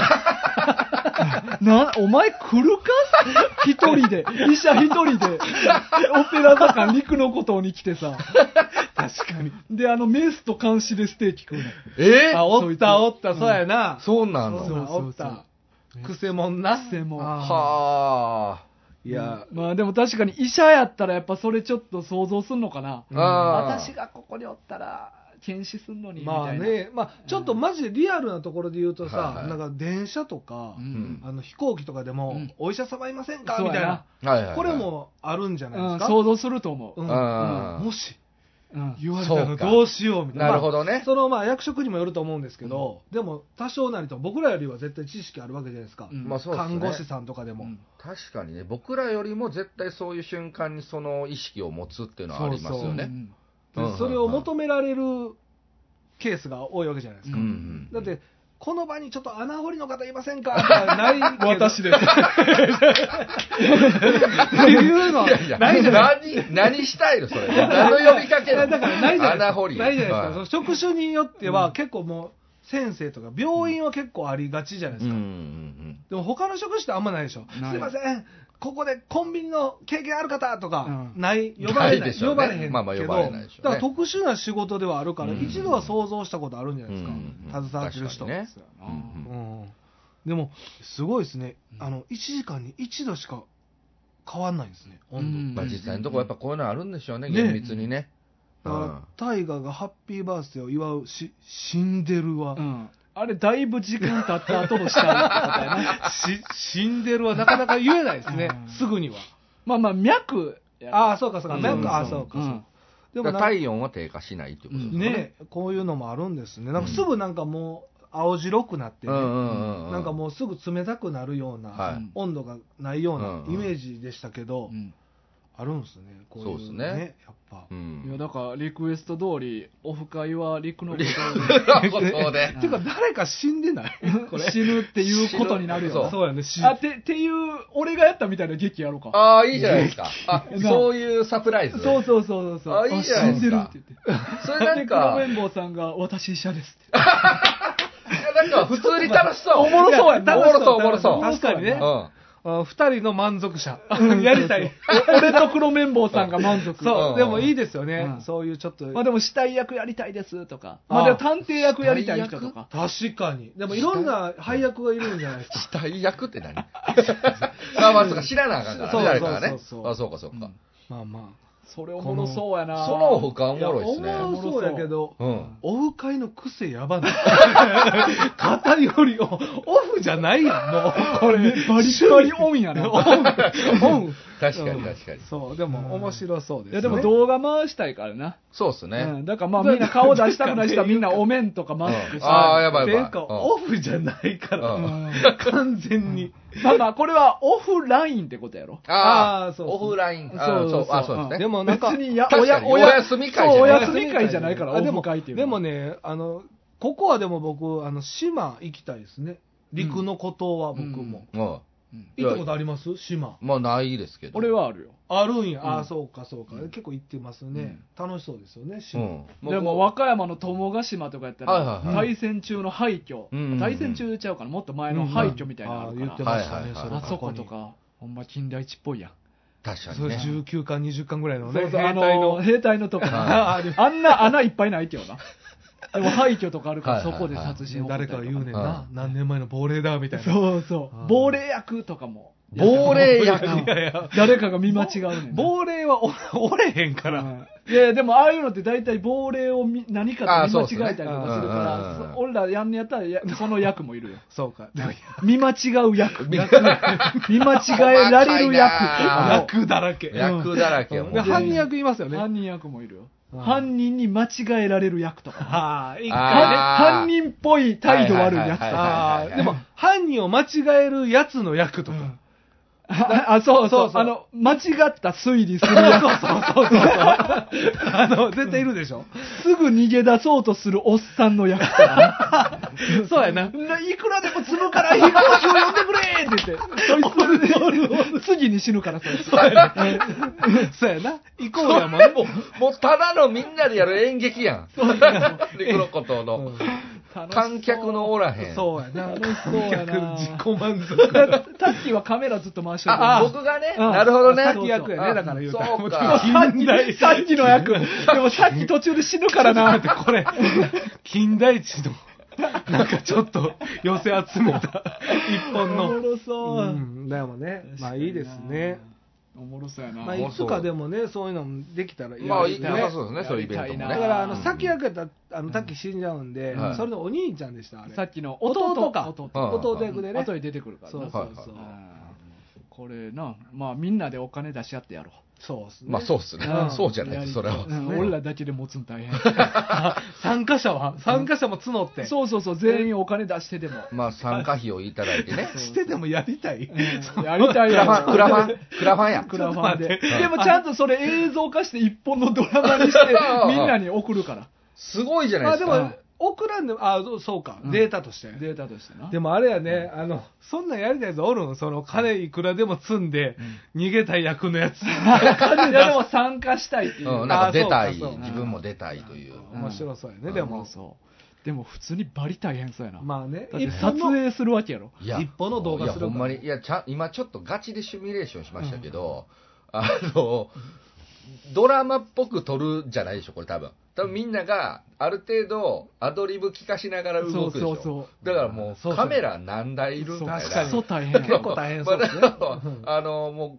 お前来るか一人で、医者一人で、オペラ座館陸の孤島に来てさ。確かに。で、メスと監視でステーキ食うの。 あ、おそいつったおった、そうやな。 そうなんのそうそうそうおった。くせもんな。 くせもんあはーいや、 まあでも確かに医者やったらやっぱそれちょっと想像すんのかな。 ー。あー私がここにおったら、検視すんのに、みたいな。 まあね、まあ、ちょっとマジでリアルなところで言うとはいさ、 はいなんか電車とかう、 ん飛行機とかでも、 うんお医者様いませんかそうやなみたいな。 はいはいはい。 これもあるんじゃないですか。 想像すると思う。 うんあーもしうん言われたらそうかどうしようみたいな。 なるほどねまあそのまあ役職にもよると思うんですけど、でも多少なりとも僕らよりは絶対知識あるわけじゃないですか。 うんまあそうですね。 看護師さんとかでも。 うん確かにね、僕らよりも絶対そういう瞬間にその意識を持つっていうのはありますよね。 うんでそれを求められるケースが多いわけじゃないですか。 うんうん。 だって、この場にちょっと穴掘りの方いませんかとかないけど。 私です。 っていうのはいやいや、 ないじゃない何したいのそれ。何の呼びかけなのだからないじゃないですか。 穴掘り。 ないじゃないですか。 はいその職種によっては結構もう先生とか病院は結構ありがちじゃないですか。 うんうんでも他の職種ってあんまないでしょ。 ないすいません。ここでコンビニの経験ある方とか、 うんない、呼ばれない。 ないでしょうね呼ばれへんけど、 まあまあ呼ばれないでしょうねだから特殊な仕事ではあるから、 うん一度は想像したことあるんじゃないですか。 うん携わってる人。 確かにねそうやうなんうんでも、すごいですね。 うん 1時間に1度しか変わんないんですね、温度。 うんまあ実際のところやっぱこういうのあるんでしょうね、 ね厳密にね。 タイガがハッピーバースデーを祝う死んでるわ。 あれ、だいぶ時間経った後のしたいってことやな。 死んでるはなかなか言えないですね、すぐには。 まあ、脈や。 ああ、そうかそうか、脈、ああ、そうか、そうか。 でも体温は低下しないってことですね。 ね、こういうのもあるんですね。なんかすぐなんかもう、青白くなってね、なんかもうすぐ冷たくなるような、温度がないようなイメージでしたけど、あるんですね、こういうそうですね、 やっぱ。 いや、だからリクエスト通り、オフ会は陸のことで。 ていうか、誰か死んでない死ぬっていうことになるよ。 そうやね。 っていう、俺がやったみたいな劇やろうか。 ああ、いいじゃないですか。そういうサプライズ。 そう。 あ、いいじゃないですか。 死んでるって言って。 それなんか。 黒綿棒さんが、私医者ですって。 なんか普通に楽しそう。 おもろそうやん。 おもろそう。 確かにね。二人の満足者。やりたい。 俺と黒綿棒さんが満足。 そう。でもいいですよね。そういうちょっと。 まあでも死体役やりたいですとか。まあでも探偵役やりたい人とか。 確かに。でもいろんな配役がいるんじゃないですか。 死体役って何？まあそうか、知らなあかんからね。誰かがね。あ、そうか。 まあまあ。 それおもろそうやな。 そのオフ会おもろいですね。 おもろそうやけど、オフ会の癖やばない。偏りを、オフじゃないやん、もう。これ、 バリバリオンやな。オン。 確かに。 そう、でも面白そうです。 いや、でも動画回したいからな。 そうっすね。 だからまあみんな顔出したくない人はみんなお面とかマスクして。 ああ、やばい。 ていうか、オフじゃないから、完全に。 まあ、これはオフラインってことやろ。 ああ、そう。オフライン。そうですね。 でもなんか、 お休み会じゃない。 お休み会じゃないから、オフ会っていう。 でもね、ここはでも僕、島行きたいですね。陸の孤島は僕も。行ったことあります島。 まあ、ないですけど。 俺はあるよ。 あるんや。ああ、そうか。結構行ってますね。楽しそうですよね、島。 でも、和歌山の友ヶ島とかやったら、大戦中の廃墟。大戦中ちゃうから、もっと前の廃墟みたいなのあるから。 言ってましたね、 あそことか、ほんま近代一っぽいやん。 確かにね。 19巻、20巻ぐらいのね。 兵隊のとこ。あんな穴いっぱいないけどな。でも廃墟とかあるから、そこで殺人を。 誰かが言うねんな。何年前の亡霊だ、みたいな。 そう。亡霊役とかも。 亡霊役。 誰かが見間違うねん。 亡霊はおれへんから。 いや、でもああいうのって大体亡霊を何かと見間違えたりとかするから、俺らやんねやったらその役もいるよ。 そうか。 見間違う役。見間違えられる役。 役だらけ。 役だらけ。 犯人役いますよね。 犯人役もいるよ。犯人に間違えられる役とか。 犯人っぽい態度悪い役とか。 でも、犯人を間違えるやつの役とか。 そう。間違った推理する役。 そう。絶対いるでしょ。 すぐ逃げ出そうとするおっさんの役とか。 そうやな。 いくらでも積むから飛行機を呼んでくれって言って。そいつ、次に死ぬからそいつ。 そうやな。行こうやもん。 もうただのみんなでやる演劇やん。陸のことの。観客のおらへん。 そうやな。 楽しそうやな。 自己満足。 タッキーはカメラずっと回してる。 僕がね。なるほどね。 さっき役やね。だから言うたら。 そうか。 さっきの役。でもさっき途中で死ぬからな。ってこれ、金田一の。なんかちょっと寄せ集めた一本の。 おもろそう。 でもね、まあいいですね。 おもろそうやな。 まあいつかでもね、そういうのもできたらいいですね。 まあいいね。そうですね、そういうイベントもね。 だから先役やったら、タッキー死んじゃうんで、それのお兄ちゃんでした、あれ。 さっきの弟か。 弟役でね。 後に出てくるからな。 そう。 これな、まあみんなでお金出し合ってやろう。 そうっすね。 まあそうっすね。そうじゃないと、それは。 俺らだけで持つん大変。 参加者も募って。 そう、全員お金出してでも。 まあ参加費をいただいてね。 してでもやりたい。 やりたいやクラファンや。 クラファンで。でもちゃんとそれ映像化して一本のドラマにしてみんなに送るから。 すごいじゃないですか。 まあでも、送らんでも、そうか、データとして。 データとしてな。 でもあれやね、そんなんやりたいやつおるん？その、金いくらでも積んで、逃げたい役のやつ。いや、でも参加したいっていう。 なんか出たい。自分も出たいという。 面白そうやね、でも。 でも普通にバリ大変そうやな。 まあね。 だって撮影するわけやろ。 一本の動画するから。 いや、ほんまに、今ちょっとガチでシミュレーションしましたけど、ドラマっぽく撮るじゃないでしょ、これ多分みんながある程度アドリブ聞かしながら動くでしょ。だからもうカメラ何台いるみたいな。 そう大変。 結構大変そうですね。 もう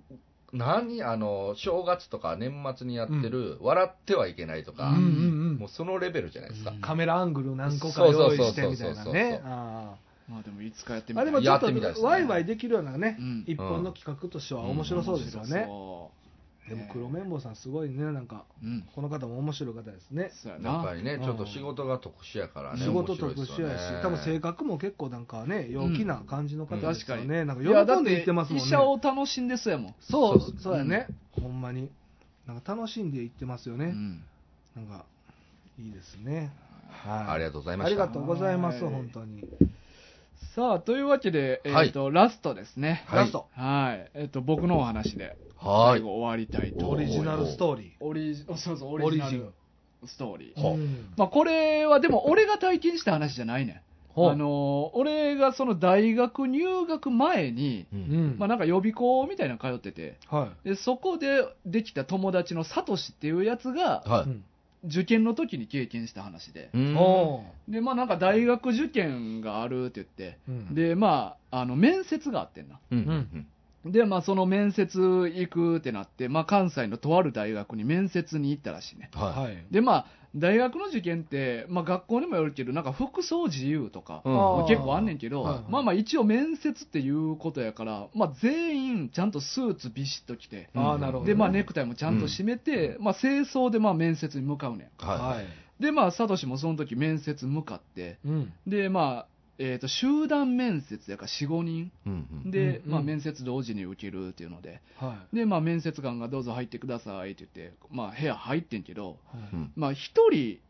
正月とか年末にやってる、笑ってはいけないとか、もうそのレベルじゃないですか。 カメラアングル何個か用意してみたいなね。 まあでもいつかやってみたい。 でもちょっとワイワイできるようなね、一本の企画としては面白そうですよね。でも黒綿棒さんすごいね、なんか、この方も面白い方ですね。 やっぱりね、ちょっと仕事が特殊やからね。 仕事特殊やし、多分性格も結構なんかね、陽気な感じの方ですよね。なんか喜んで言ってますもんね。 医者を楽しんでそうやもん。 そうやね。ほんまに。なんか楽しんで言ってますよね。なんか、いいですね。 ありがとうございました。 ありがとうございます、本当に。 さあ、というわけで、ラストですね。 ラスト。 はい。僕のお話で、最後終わりたいと。 オリジナルストーリー。 オリジナルストーリー。まあ、これはでも、俺が体験した話じゃないねん。俺がその大学入学前に、まあなんか予備校みたいなの通ってて、でそこでできた友達のサトシっていうやつが、受験の時に経験した話で、でまあなんか大学受験があるって言って、でまあ面接があってんな、でまあその面接行くってなって、まあ関西のとある大学に面接に行ったらしいね。でまあ大学の受験って、まあ、学校にもよるけどなんか服装自由とか、結構あんねんけど、まあまあ一応面接っていうことやから、まあ、全員ちゃんとスーツビシッと着て、でまあネクタイもちゃんと締めて、まあ、清掃でまあ面接に向かうねん。でまあサトシもその時面接向かって、でまあ集団面接やから 4,5 人で、まあ、面接同時に受けるっていうので、で、まあ、面接官がどうぞ入ってくださいって言って、まあ、部屋入ってんけど、まあ、1人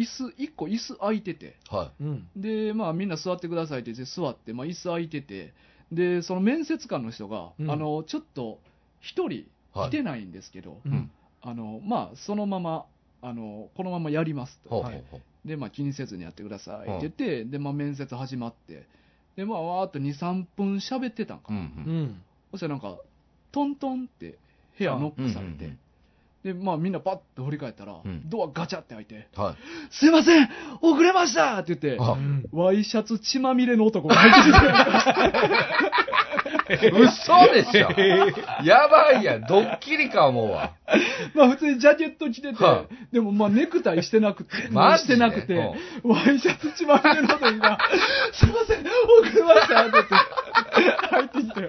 1個椅子空いてて、で、まあ、みんな座ってくださいって言って座って、まあ、椅子空いてて、でその面接官の人が、ちょっと1人来てないんですけど、まあ、そのままこのままやりますと。でまあ、気にせずにやってくださいって言って、でまあ、面接始まって、でまあ、わーっと2、3分喋ってたんかな、そしたらなんかトントンって部屋ノックされて、でまあ、みんなパッと振り返ったら、ドアガチャって開いて、すいません遅れましたって言って、ワイシャツ血まみれの男が入ってきて嘘でしょやばいやん、ドッキリか思うわ。 まあ普通にジャケット着てて、でもまあネクタイしてなくて、ワイシャツ血まみれの男が、すいません遅れましたって言って入ってきて、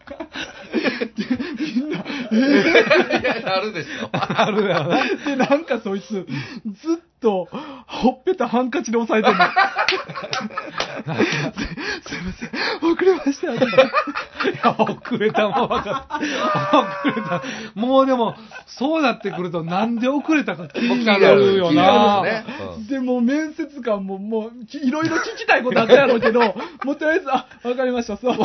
みんな、 いや、なるでしょ。 なるやな。 で、なんかそいつ、ずっと、ほっぺたハンカチで押さえてるの。すいません、遅れました。いや、遅れたもん分かった。遅れた。もうでも、そうなってくると、なんで遅れたか気になるよな。 でも、面接官も、もう、いろいろ聞きたいことあったやろうけど、もうとりあえず、わかりました、座って。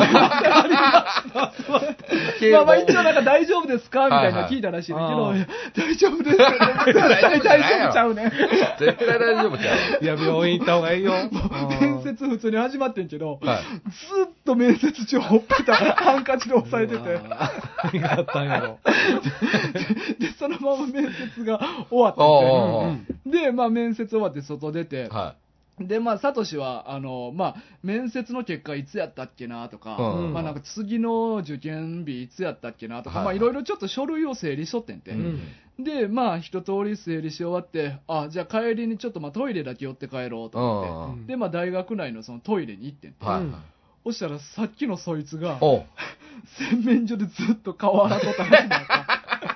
まあまあ、一応なんか大丈夫ですかみたいな聞いたらしいんだけど、大丈夫ですか大丈夫ちゃうね。 絶対大丈夫ちゃう。 いや、病院行った方がいいよ。 面接普通に始まってんけど、ずっと面接中ほっぺたハンカチで押さえてて。 何があったんやろ。 で、そのまま面接が終わってて、で、まあ面接終わって外出て、で、まあ、サトシは、まあ、面接の結果いつやったっけなとか、まあ、なんか次の受験日いつやったっけなとか、まあ、いろいろちょっと書類を整理しとってんて。で、まあ、一通り整理し終わって、あ、じゃあ帰りにちょっとまあトイレだけ寄って帰ろうと思って、で、まあ、大学内のそのトイレに行ってんて。そしたら、さっきのそいつが、洗面所でずっと顔洗っとったらしいなんか。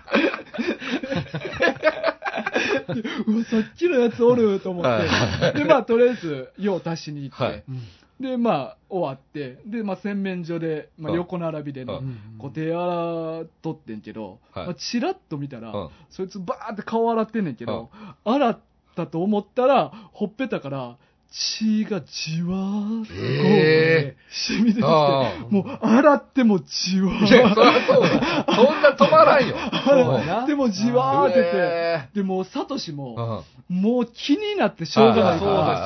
うわ、さっきのやつおると思って、で、まあ、とりあえず、用を足しに行って、で、まあ、終わって、で、まあ、洗面所で、まあ、横並びでね、こう手洗っとってんけど、まあ、チラッと見たら、そいつバーって顔洗ってんねんけど、洗ったと思ったら、ほっぺたから、血がじわーっと染み出てきて、もう洗ってもじわーっと。 いや、そりゃそうだ。そんな止まらんよ。 洗ってもじわーってて、でも、サトシも、もう気になってしょうがないから、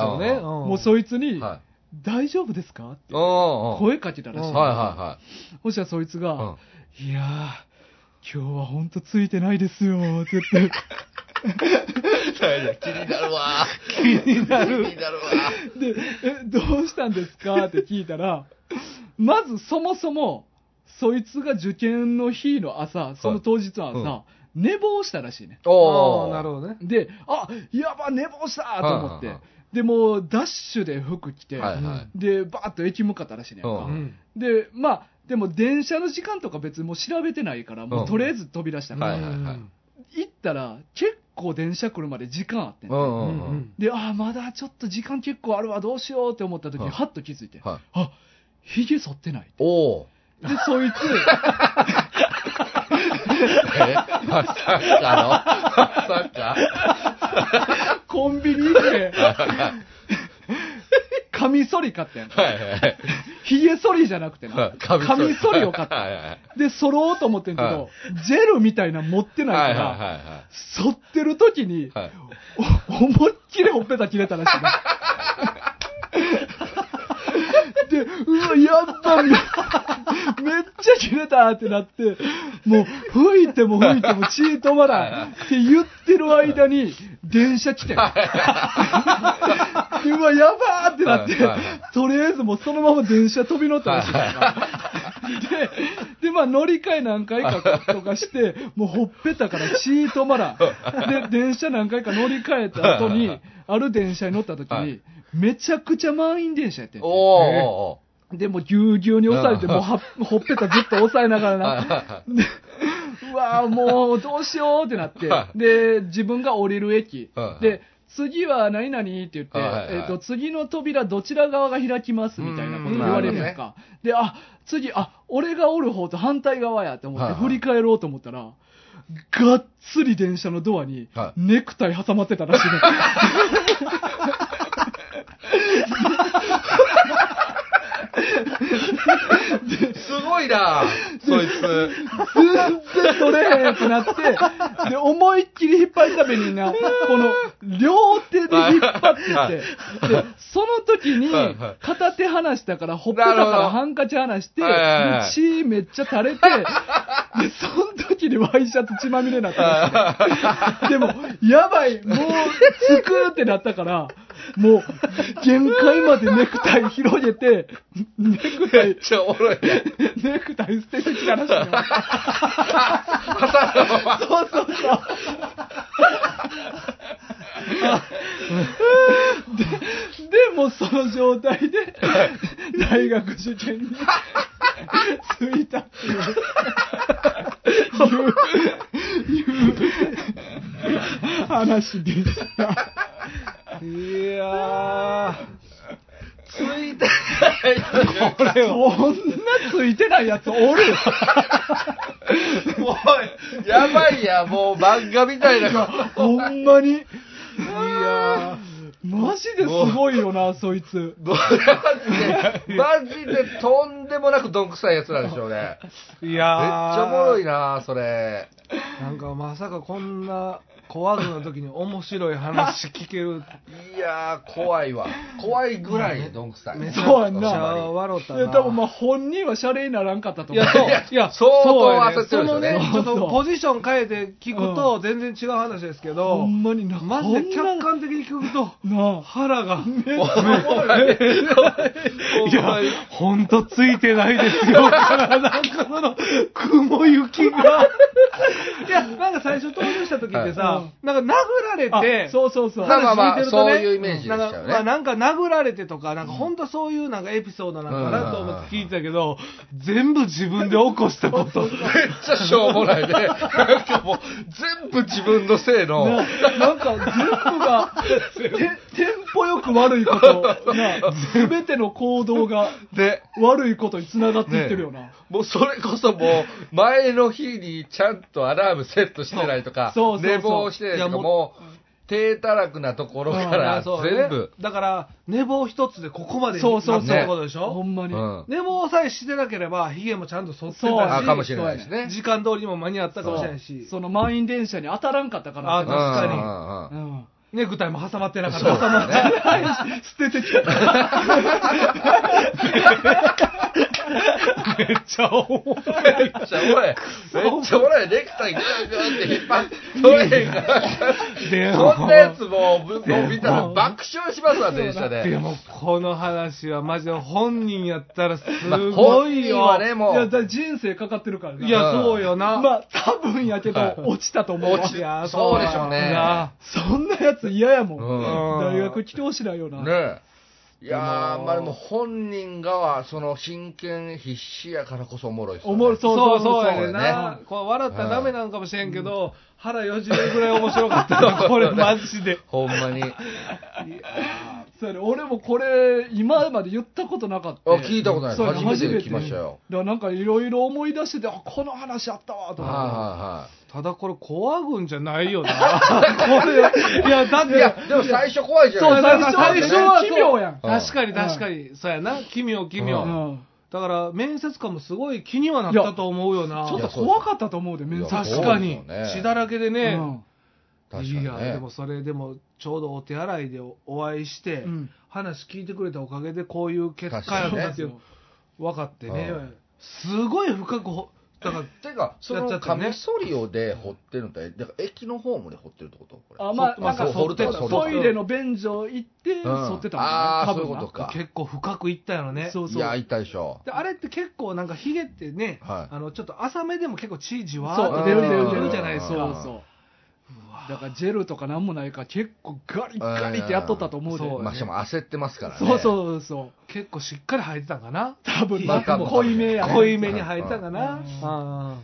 そうですよね。 もうそいつに、大丈夫ですかって声かけたらしい。そしたらそいつが、いやー、今日はほんとついてないですよって言って。 気になるわ。 気になるわ。で、どうしたんですかって聞いたら、まずそもそも、 そいつが受験の日の朝、その当日の朝、寝坊したらしいね。 ああ、なるほどね。 で、やば、寝坊したと思って。で、もう、ダッシュで服着て、で、バーッと駅向かったらしいね。で、でも電車の時間とか別にもう調べてないから、もうとりあえず飛び出したから、行ったら結構電車来るまで時間あってんで、まだちょっと時間結構あるわ、どうしようって思った時に、はっと気づいて、髭剃ってない。で、そいつ、 まさかコンビニで、カミソリ買ったやん。髭剃りじゃなくてな。カミソリを買った。で、剃ろうと思ってんけど、ジェルみたいなの持ってないから、剃ってる時に、思いっきりほっぺた切れたらしいね。で、うわ、やっぱめっちゃ切れたってなって、もう吹いても吹いても血止まらんって言ってる間に電車来て。うわ、やばーってなって、とりあえずもうそのまま電車飛び乗ったらしいから。で、乗り換え何回かとかして、もうほっぺたから血止まらん。で、電車何回か乗り換えた後に、ある電車に乗った時に、めちゃくちゃ満員電車やってん。で、もうぎゅうぎゅうに押されて、もうほっぺたずっと押さえながらな。で、うわぁ、もうどうしようってなって、で、自分が降りる駅。で、次は何々って言って、次の扉どちら側が開きますみたいなこと言われるやんか。で、次、俺がおる方と反対側やって思って振り返ろうと思ったら、がっつり電車のドアにネクタイ挟まってたらしいね。 すごいなそいつ。 全然取れへんってなって、で、思いっきり引っ張るためにな、この、両手で引っ張ってて、で、その時に、片手離したから、ほっぺたからハンカチ離して、血めっちゃ垂れて、で、その時にワイシャツ血まみれになったらしい。でも、やばい、もう、つくってなったから、もう、限界までネクタイ広げて、ネクタイ、 めっちゃおもろいね。 ネクタイ捨ててきたらしいよ。そうそうそう。でもその状態で、大学受験に着いたっていう、話でした。 いやー。 ついてないこれ、こんなついてないやつおるもう、やばいや、もう漫画みたいな。 ほんまに。いやマジですごいよな、そいつ。 マジでとんでもなくどんくさいやつなんでしょうね。 いやー。 めっちゃおもろいな、それ。 なんかまさかこんな怖くの時に面白い話聞ける。 いやー、怖いわ。怖いぐらいどんくさい。 そうやんな。 笑ったな。 いや、多分本人はシャレにならんかったと思う。 いや、 相当焦ってるんですよね。 ちょっとポジション変えて聞くと全然違う話ですけど、 ほんまにな。 マジで客観的に聞くと、腹が。いや、ほんとついてないですよ。なんかその、雲行きが。いや、なんか最初登場した時ってさ、なんか殴られて、 そうそうそう。 まあ、そういうイメージでしたよね。 なんか殴られてとか、なんか本当そういうなんかエピソードなのかなと思って聞いてたけど、全部自分で起こしたこと。 めっちゃしょうもないね。なんかもう、全部自分のせいの。 なんか全部が、テンポよく悪いこと、すべての行動が悪いことに繋がっていってるよな。 もうそれこそもう、前の日にちゃんとアラームセットしてないとか、寝坊してないとか、もう、低たらくなところから全部。 だから、寝坊一つでここまでになったってことでしょ。 ほんまに。 寝坊さえしてなければ、髭もちゃんと剃ってたし、 かもしれないですね。 時間通りにも間に合ったかもしれないし。 その満員電車に当たらんかったかな。 確かに。ネクタイも挟まってなかった。 挟まってないし、捨ててきた。 めっちゃおもろい。 めっちゃおもろい。ネクタイグーグーって引っ張って、取れへんから。 でそんなやつもう見たら爆笑しますわ、電車で。 でも、この話はマジで本人やったらすまあご本いよ。 人はね、もいや、 う。 人生かかってるからね。 いや、そうよな。 まあ、多分やけど、 はい落ちたと思うわ。 落ちいやそうでしょうね。 なそんなやつ嫌やもん。 うん大学来てほしないよな。 ねえ。いやー、まあでも本人側、その真剣必死やからこそおもろいっすよね。 おもろそうそうやねんそうなや。 こう笑ったらダメなんかもしれんけど、腹よじれるぐらい面白かったよ、これマジで。 ほんまに。 そうやね、俺もこれ、今まで言ったことなかった。 あ、聞いたことないです。 そうやね初めて聞きましたよ。 だからなんかいろいろ思い出してて、あ、この話あったわ、とはい思って。 はただこれ怖ぐんじゃないよな。これ、いや、だって、 いはい。いや、でも最初怖いじゃないですか。 最初は奇妙やん。 確かに確かに、そうやな。奇妙奇妙。 うんだから、面接官もすごい気にはなったと思うよな。 ちょっと怖かったと思うで、面接いや確かにそうですよね。 血だらけでね。 確かにね。 いや、でもそれでも、ちょうどお手洗いでお会いして、 うん話聞いてくれたおかげでこういう結果やったっていう確か分かってねうん。 すごい深くだから、 てか、そのカミソリオで掘ってるのって、だから駅のホームで掘ってるってことこれ。 あ、まあ、なんか掘るとか掘るとかトイレの便所行って、 うん剃ってたもんね。 あー多分なそういうことか結構深くいったよね。 そうそう。 いや、痛いでしょ。 であれって結構なんかヒゲってね、 はいちょっと浅めでも結構血じわそう、 ーっと出る出るうん出るじゃないですか。 そうそう。だからジェルとかなんもないから結構ガリガリってやっとったと思うで。 そうまあ、しかも焦ってますからね。 そうそうそう。 結構しっかり生えてたんかな。 多分な、 まあ多分濃いめやね。 濃いめに生えてたんかな。 うんあ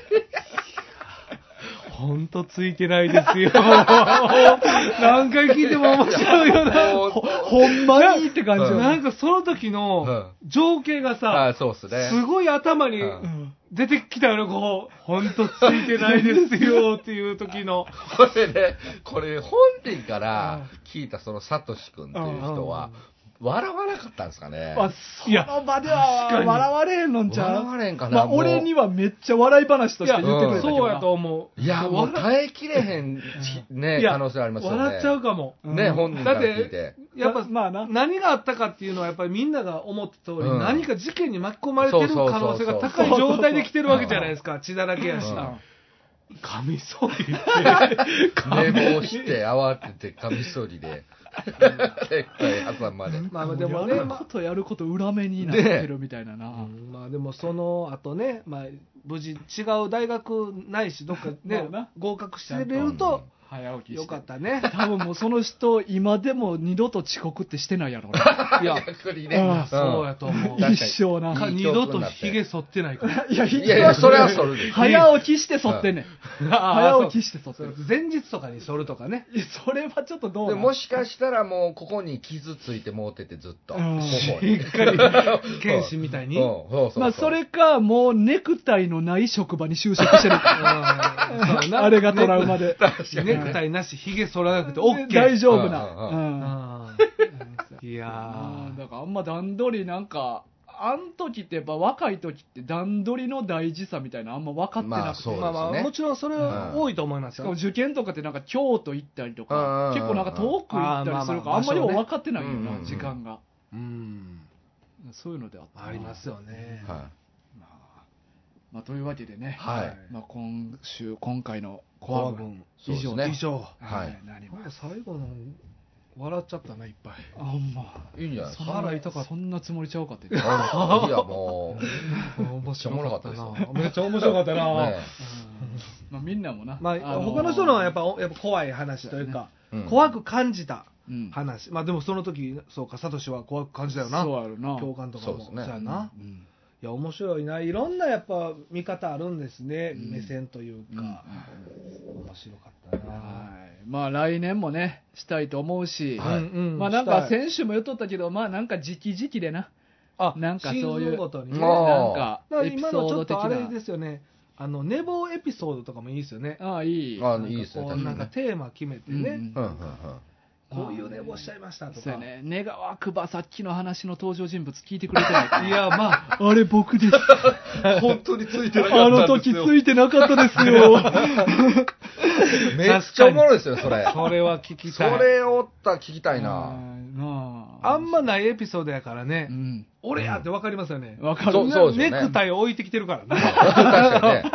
ほんとついてないですよ。何回聞いても面白いよな。 もうほんまにって感じうんなんかその時の情景があさ、 そうですね。 すごい頭にうん出てきたよね、こう、ほんとついてないですよっていう時の。 これね、これ本人から聞いたそのサトシ君っていう人は、笑わなかったんですかね。 あ、その場では確かに笑われへんのんちゃう。 笑われんかなまあ、 もう俺にはめっちゃ笑い話として言ってくれたけどな。 そうやと思う。 いや、もう耐えきれへんね、 いや可能性ありますよね。 笑っちゃうかも。 ね、本人から聞いて。 やっぱ、 まあな。 何があったかっていうのはやっぱりみんなが思った通り、 うん何か事件に巻き込まれてる可能性が高い状態で来てるわけじゃないですか。血だらけやし。 うんカミソリって。 寝坊して慌ててカミソリで、絶対挟まれ。 まあでもね、 やることやること裏目になってるみたいなな。 まあでもその後ね、まあ無事違う大学ないしどっかねまあな合格してれると早起きして。 よかったね。 多分もうその人、今でも二度と遅刻ってしてないやろな。 いや、 逆にね。 うんそうやと思う。 確かに一生な。 二度とヒゲ剃ってないから。 いや、 いやいや、それはそれで。 早起きして剃ってんねん。早起きして剃ってんねん。 前日とかに剃るとかね。 いやそれはちょっとどうなんでもしかしたらもうここに傷ついてもうててずっと。 うん頬にしっかり、剣士みたいに。 うんそうそう。 まあ、それか、もうネクタイのない職場に就職してるか。 そうなあれがトラウマで。 ネクタイなし、ヒゲ剃らなくて OK。 大丈夫うな。 んいやー。 だからあんま段取りなんか、あん時ってやっぱ若い時って段取りの大事さみたいなのあんま分かってなくて。 まあそうまあまあ、もちろんそれは多いと思いますしかもよ。 受験とかってなんか京都行ったりとうんか、結構なんか遠く行ったりするから、 あーまあまああんまりも分かってないよな、 場所ね時間が。 うん。 そういうのであったなありますよね。 はまあ、というわけでね、 はいまあ、今回のコア軍以上そうですね以上。 はいなります。 最後の、笑っちゃったな、いっぱい。 あ、ほんま。 い。いいんじゃないですか。 腹痛かったそんなつもりちゃうかって言って。 いや、も面白かったですよめっちゃ面白かったう、 な。 ねまあ、みんなもな。 まあ、他の人のはやっぱ怖い話というか、 うん怖く感じたうん話。まあでもその時、そうか、サトシは怖く感じたよな。 そうやるな。 共感とかも。 そうですねやな。 うんいや、面白いな。いろんなやっぱ見方あるんですね。 うん目線というか。面白かったな。 はい。まあ来年もね、したいと思うし、 はいうんうんまあなんかしたい先週も言っとったけど、まあなんか時期時期でな、 あ、 なんかそういうシーズンごとにね。 まあなんかだからエピソ今のちょード的っとあれな。 ですよね。寝坊エピソードとかもいいですよね。 ああ、いい。 あいいですねこう確かになんかテーマ決めてうんね。 うんうんこういう寝坊しちゃいましたとか。 そうやね。願わくばさっきの話の登場人物聞いてくれてないかな。 いや、まあ、 あれ僕です。 うん。本当についてなあの時ついてなかったですよ。 めっちゃおもろいですよ、それ。 それは聞きそたい。 れおったら聞きたいな。 なあんまないエピソードやからねう。ん。 俺やってわかりますよね。 わかる。 そうですよねネクタイ置いてきてるからね。 確かにね。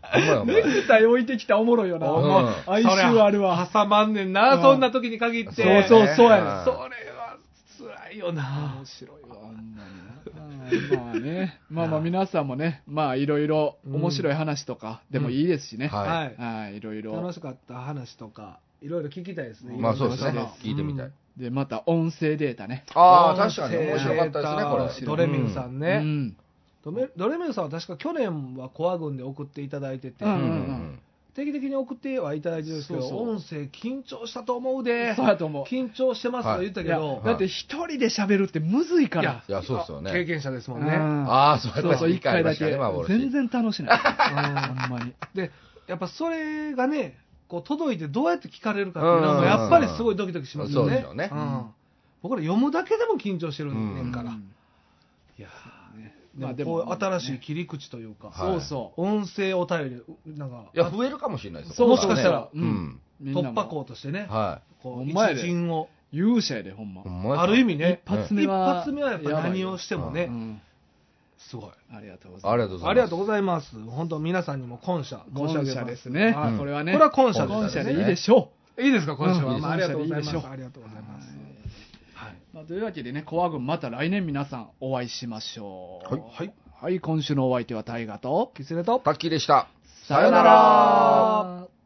ほんまやほんまやネクタイ置いてきたらおもろいよな。 うんまあ哀愁あるわ。 挟まんねんな、 うんそんな時に限って。 そうそうそうやねうんそれは辛いよな面。白いわ、ほんまにな。まあね、まあ皆さんもね、まあいろいろ面白い話とかでもいいですしね。 はいはい。 はい、いろいろ楽。しかった話とか、いろいろ聞きたいですね。 まあそうですねいろんな人の聞いてみたい。 で、また音声データね。 ああ、確かに面白かったですね、これ。 ドレミンさんね。 うん。 ドレミンさんは確か去年はコア軍で送っていただいてて、 うんうん定期的に送ってはいただいてるんですけど、 そうそう音声緊張したと思うで。 そうやと思う。 緊張してますと言ったけいやど、 だって一人で喋るってむずいから。 いや、そうですよね。 経験者ですもんね。 うんああ、そうそうそう、一回だけ。 ね、 全然楽しない。ほんまに。 で、やっぱそれがね、こう届いてどうやって聞かれるかっていうのもやっぱりすごいドキドキしますよね。 そうですよねん僕ら読むだけでも緊張してるねんから。 うんいやねーまあでもこう新しい切り口というか、 はいそうそう。 音声お便り、なんか、 いや、増えるかもしれないですそうもしかしたらうん。 みんなも突破口としてね、 はこうほんまやで一陣を、 勇者やで、ほんまい。。ほんまやある意味ね、 一発目は一発目はやっぱ何をしてもね、 うんすごい。 ありがとうございます。 ありがとうございます。 ありがとうございます。本当皆さんにも感謝申し上げます。 今社ですね。 はいこれはね。 これは今社です今社でいいでしょいいですか、今週は。 うんまあありがとうございます。 いいでしょうありがとうございます。はい。 う。まあというわけでね、コア軍また来年皆さんお会いしましょう。 はいはい、今週のお相手は大河と、 キツネと、 タッキーでした。 さよなら。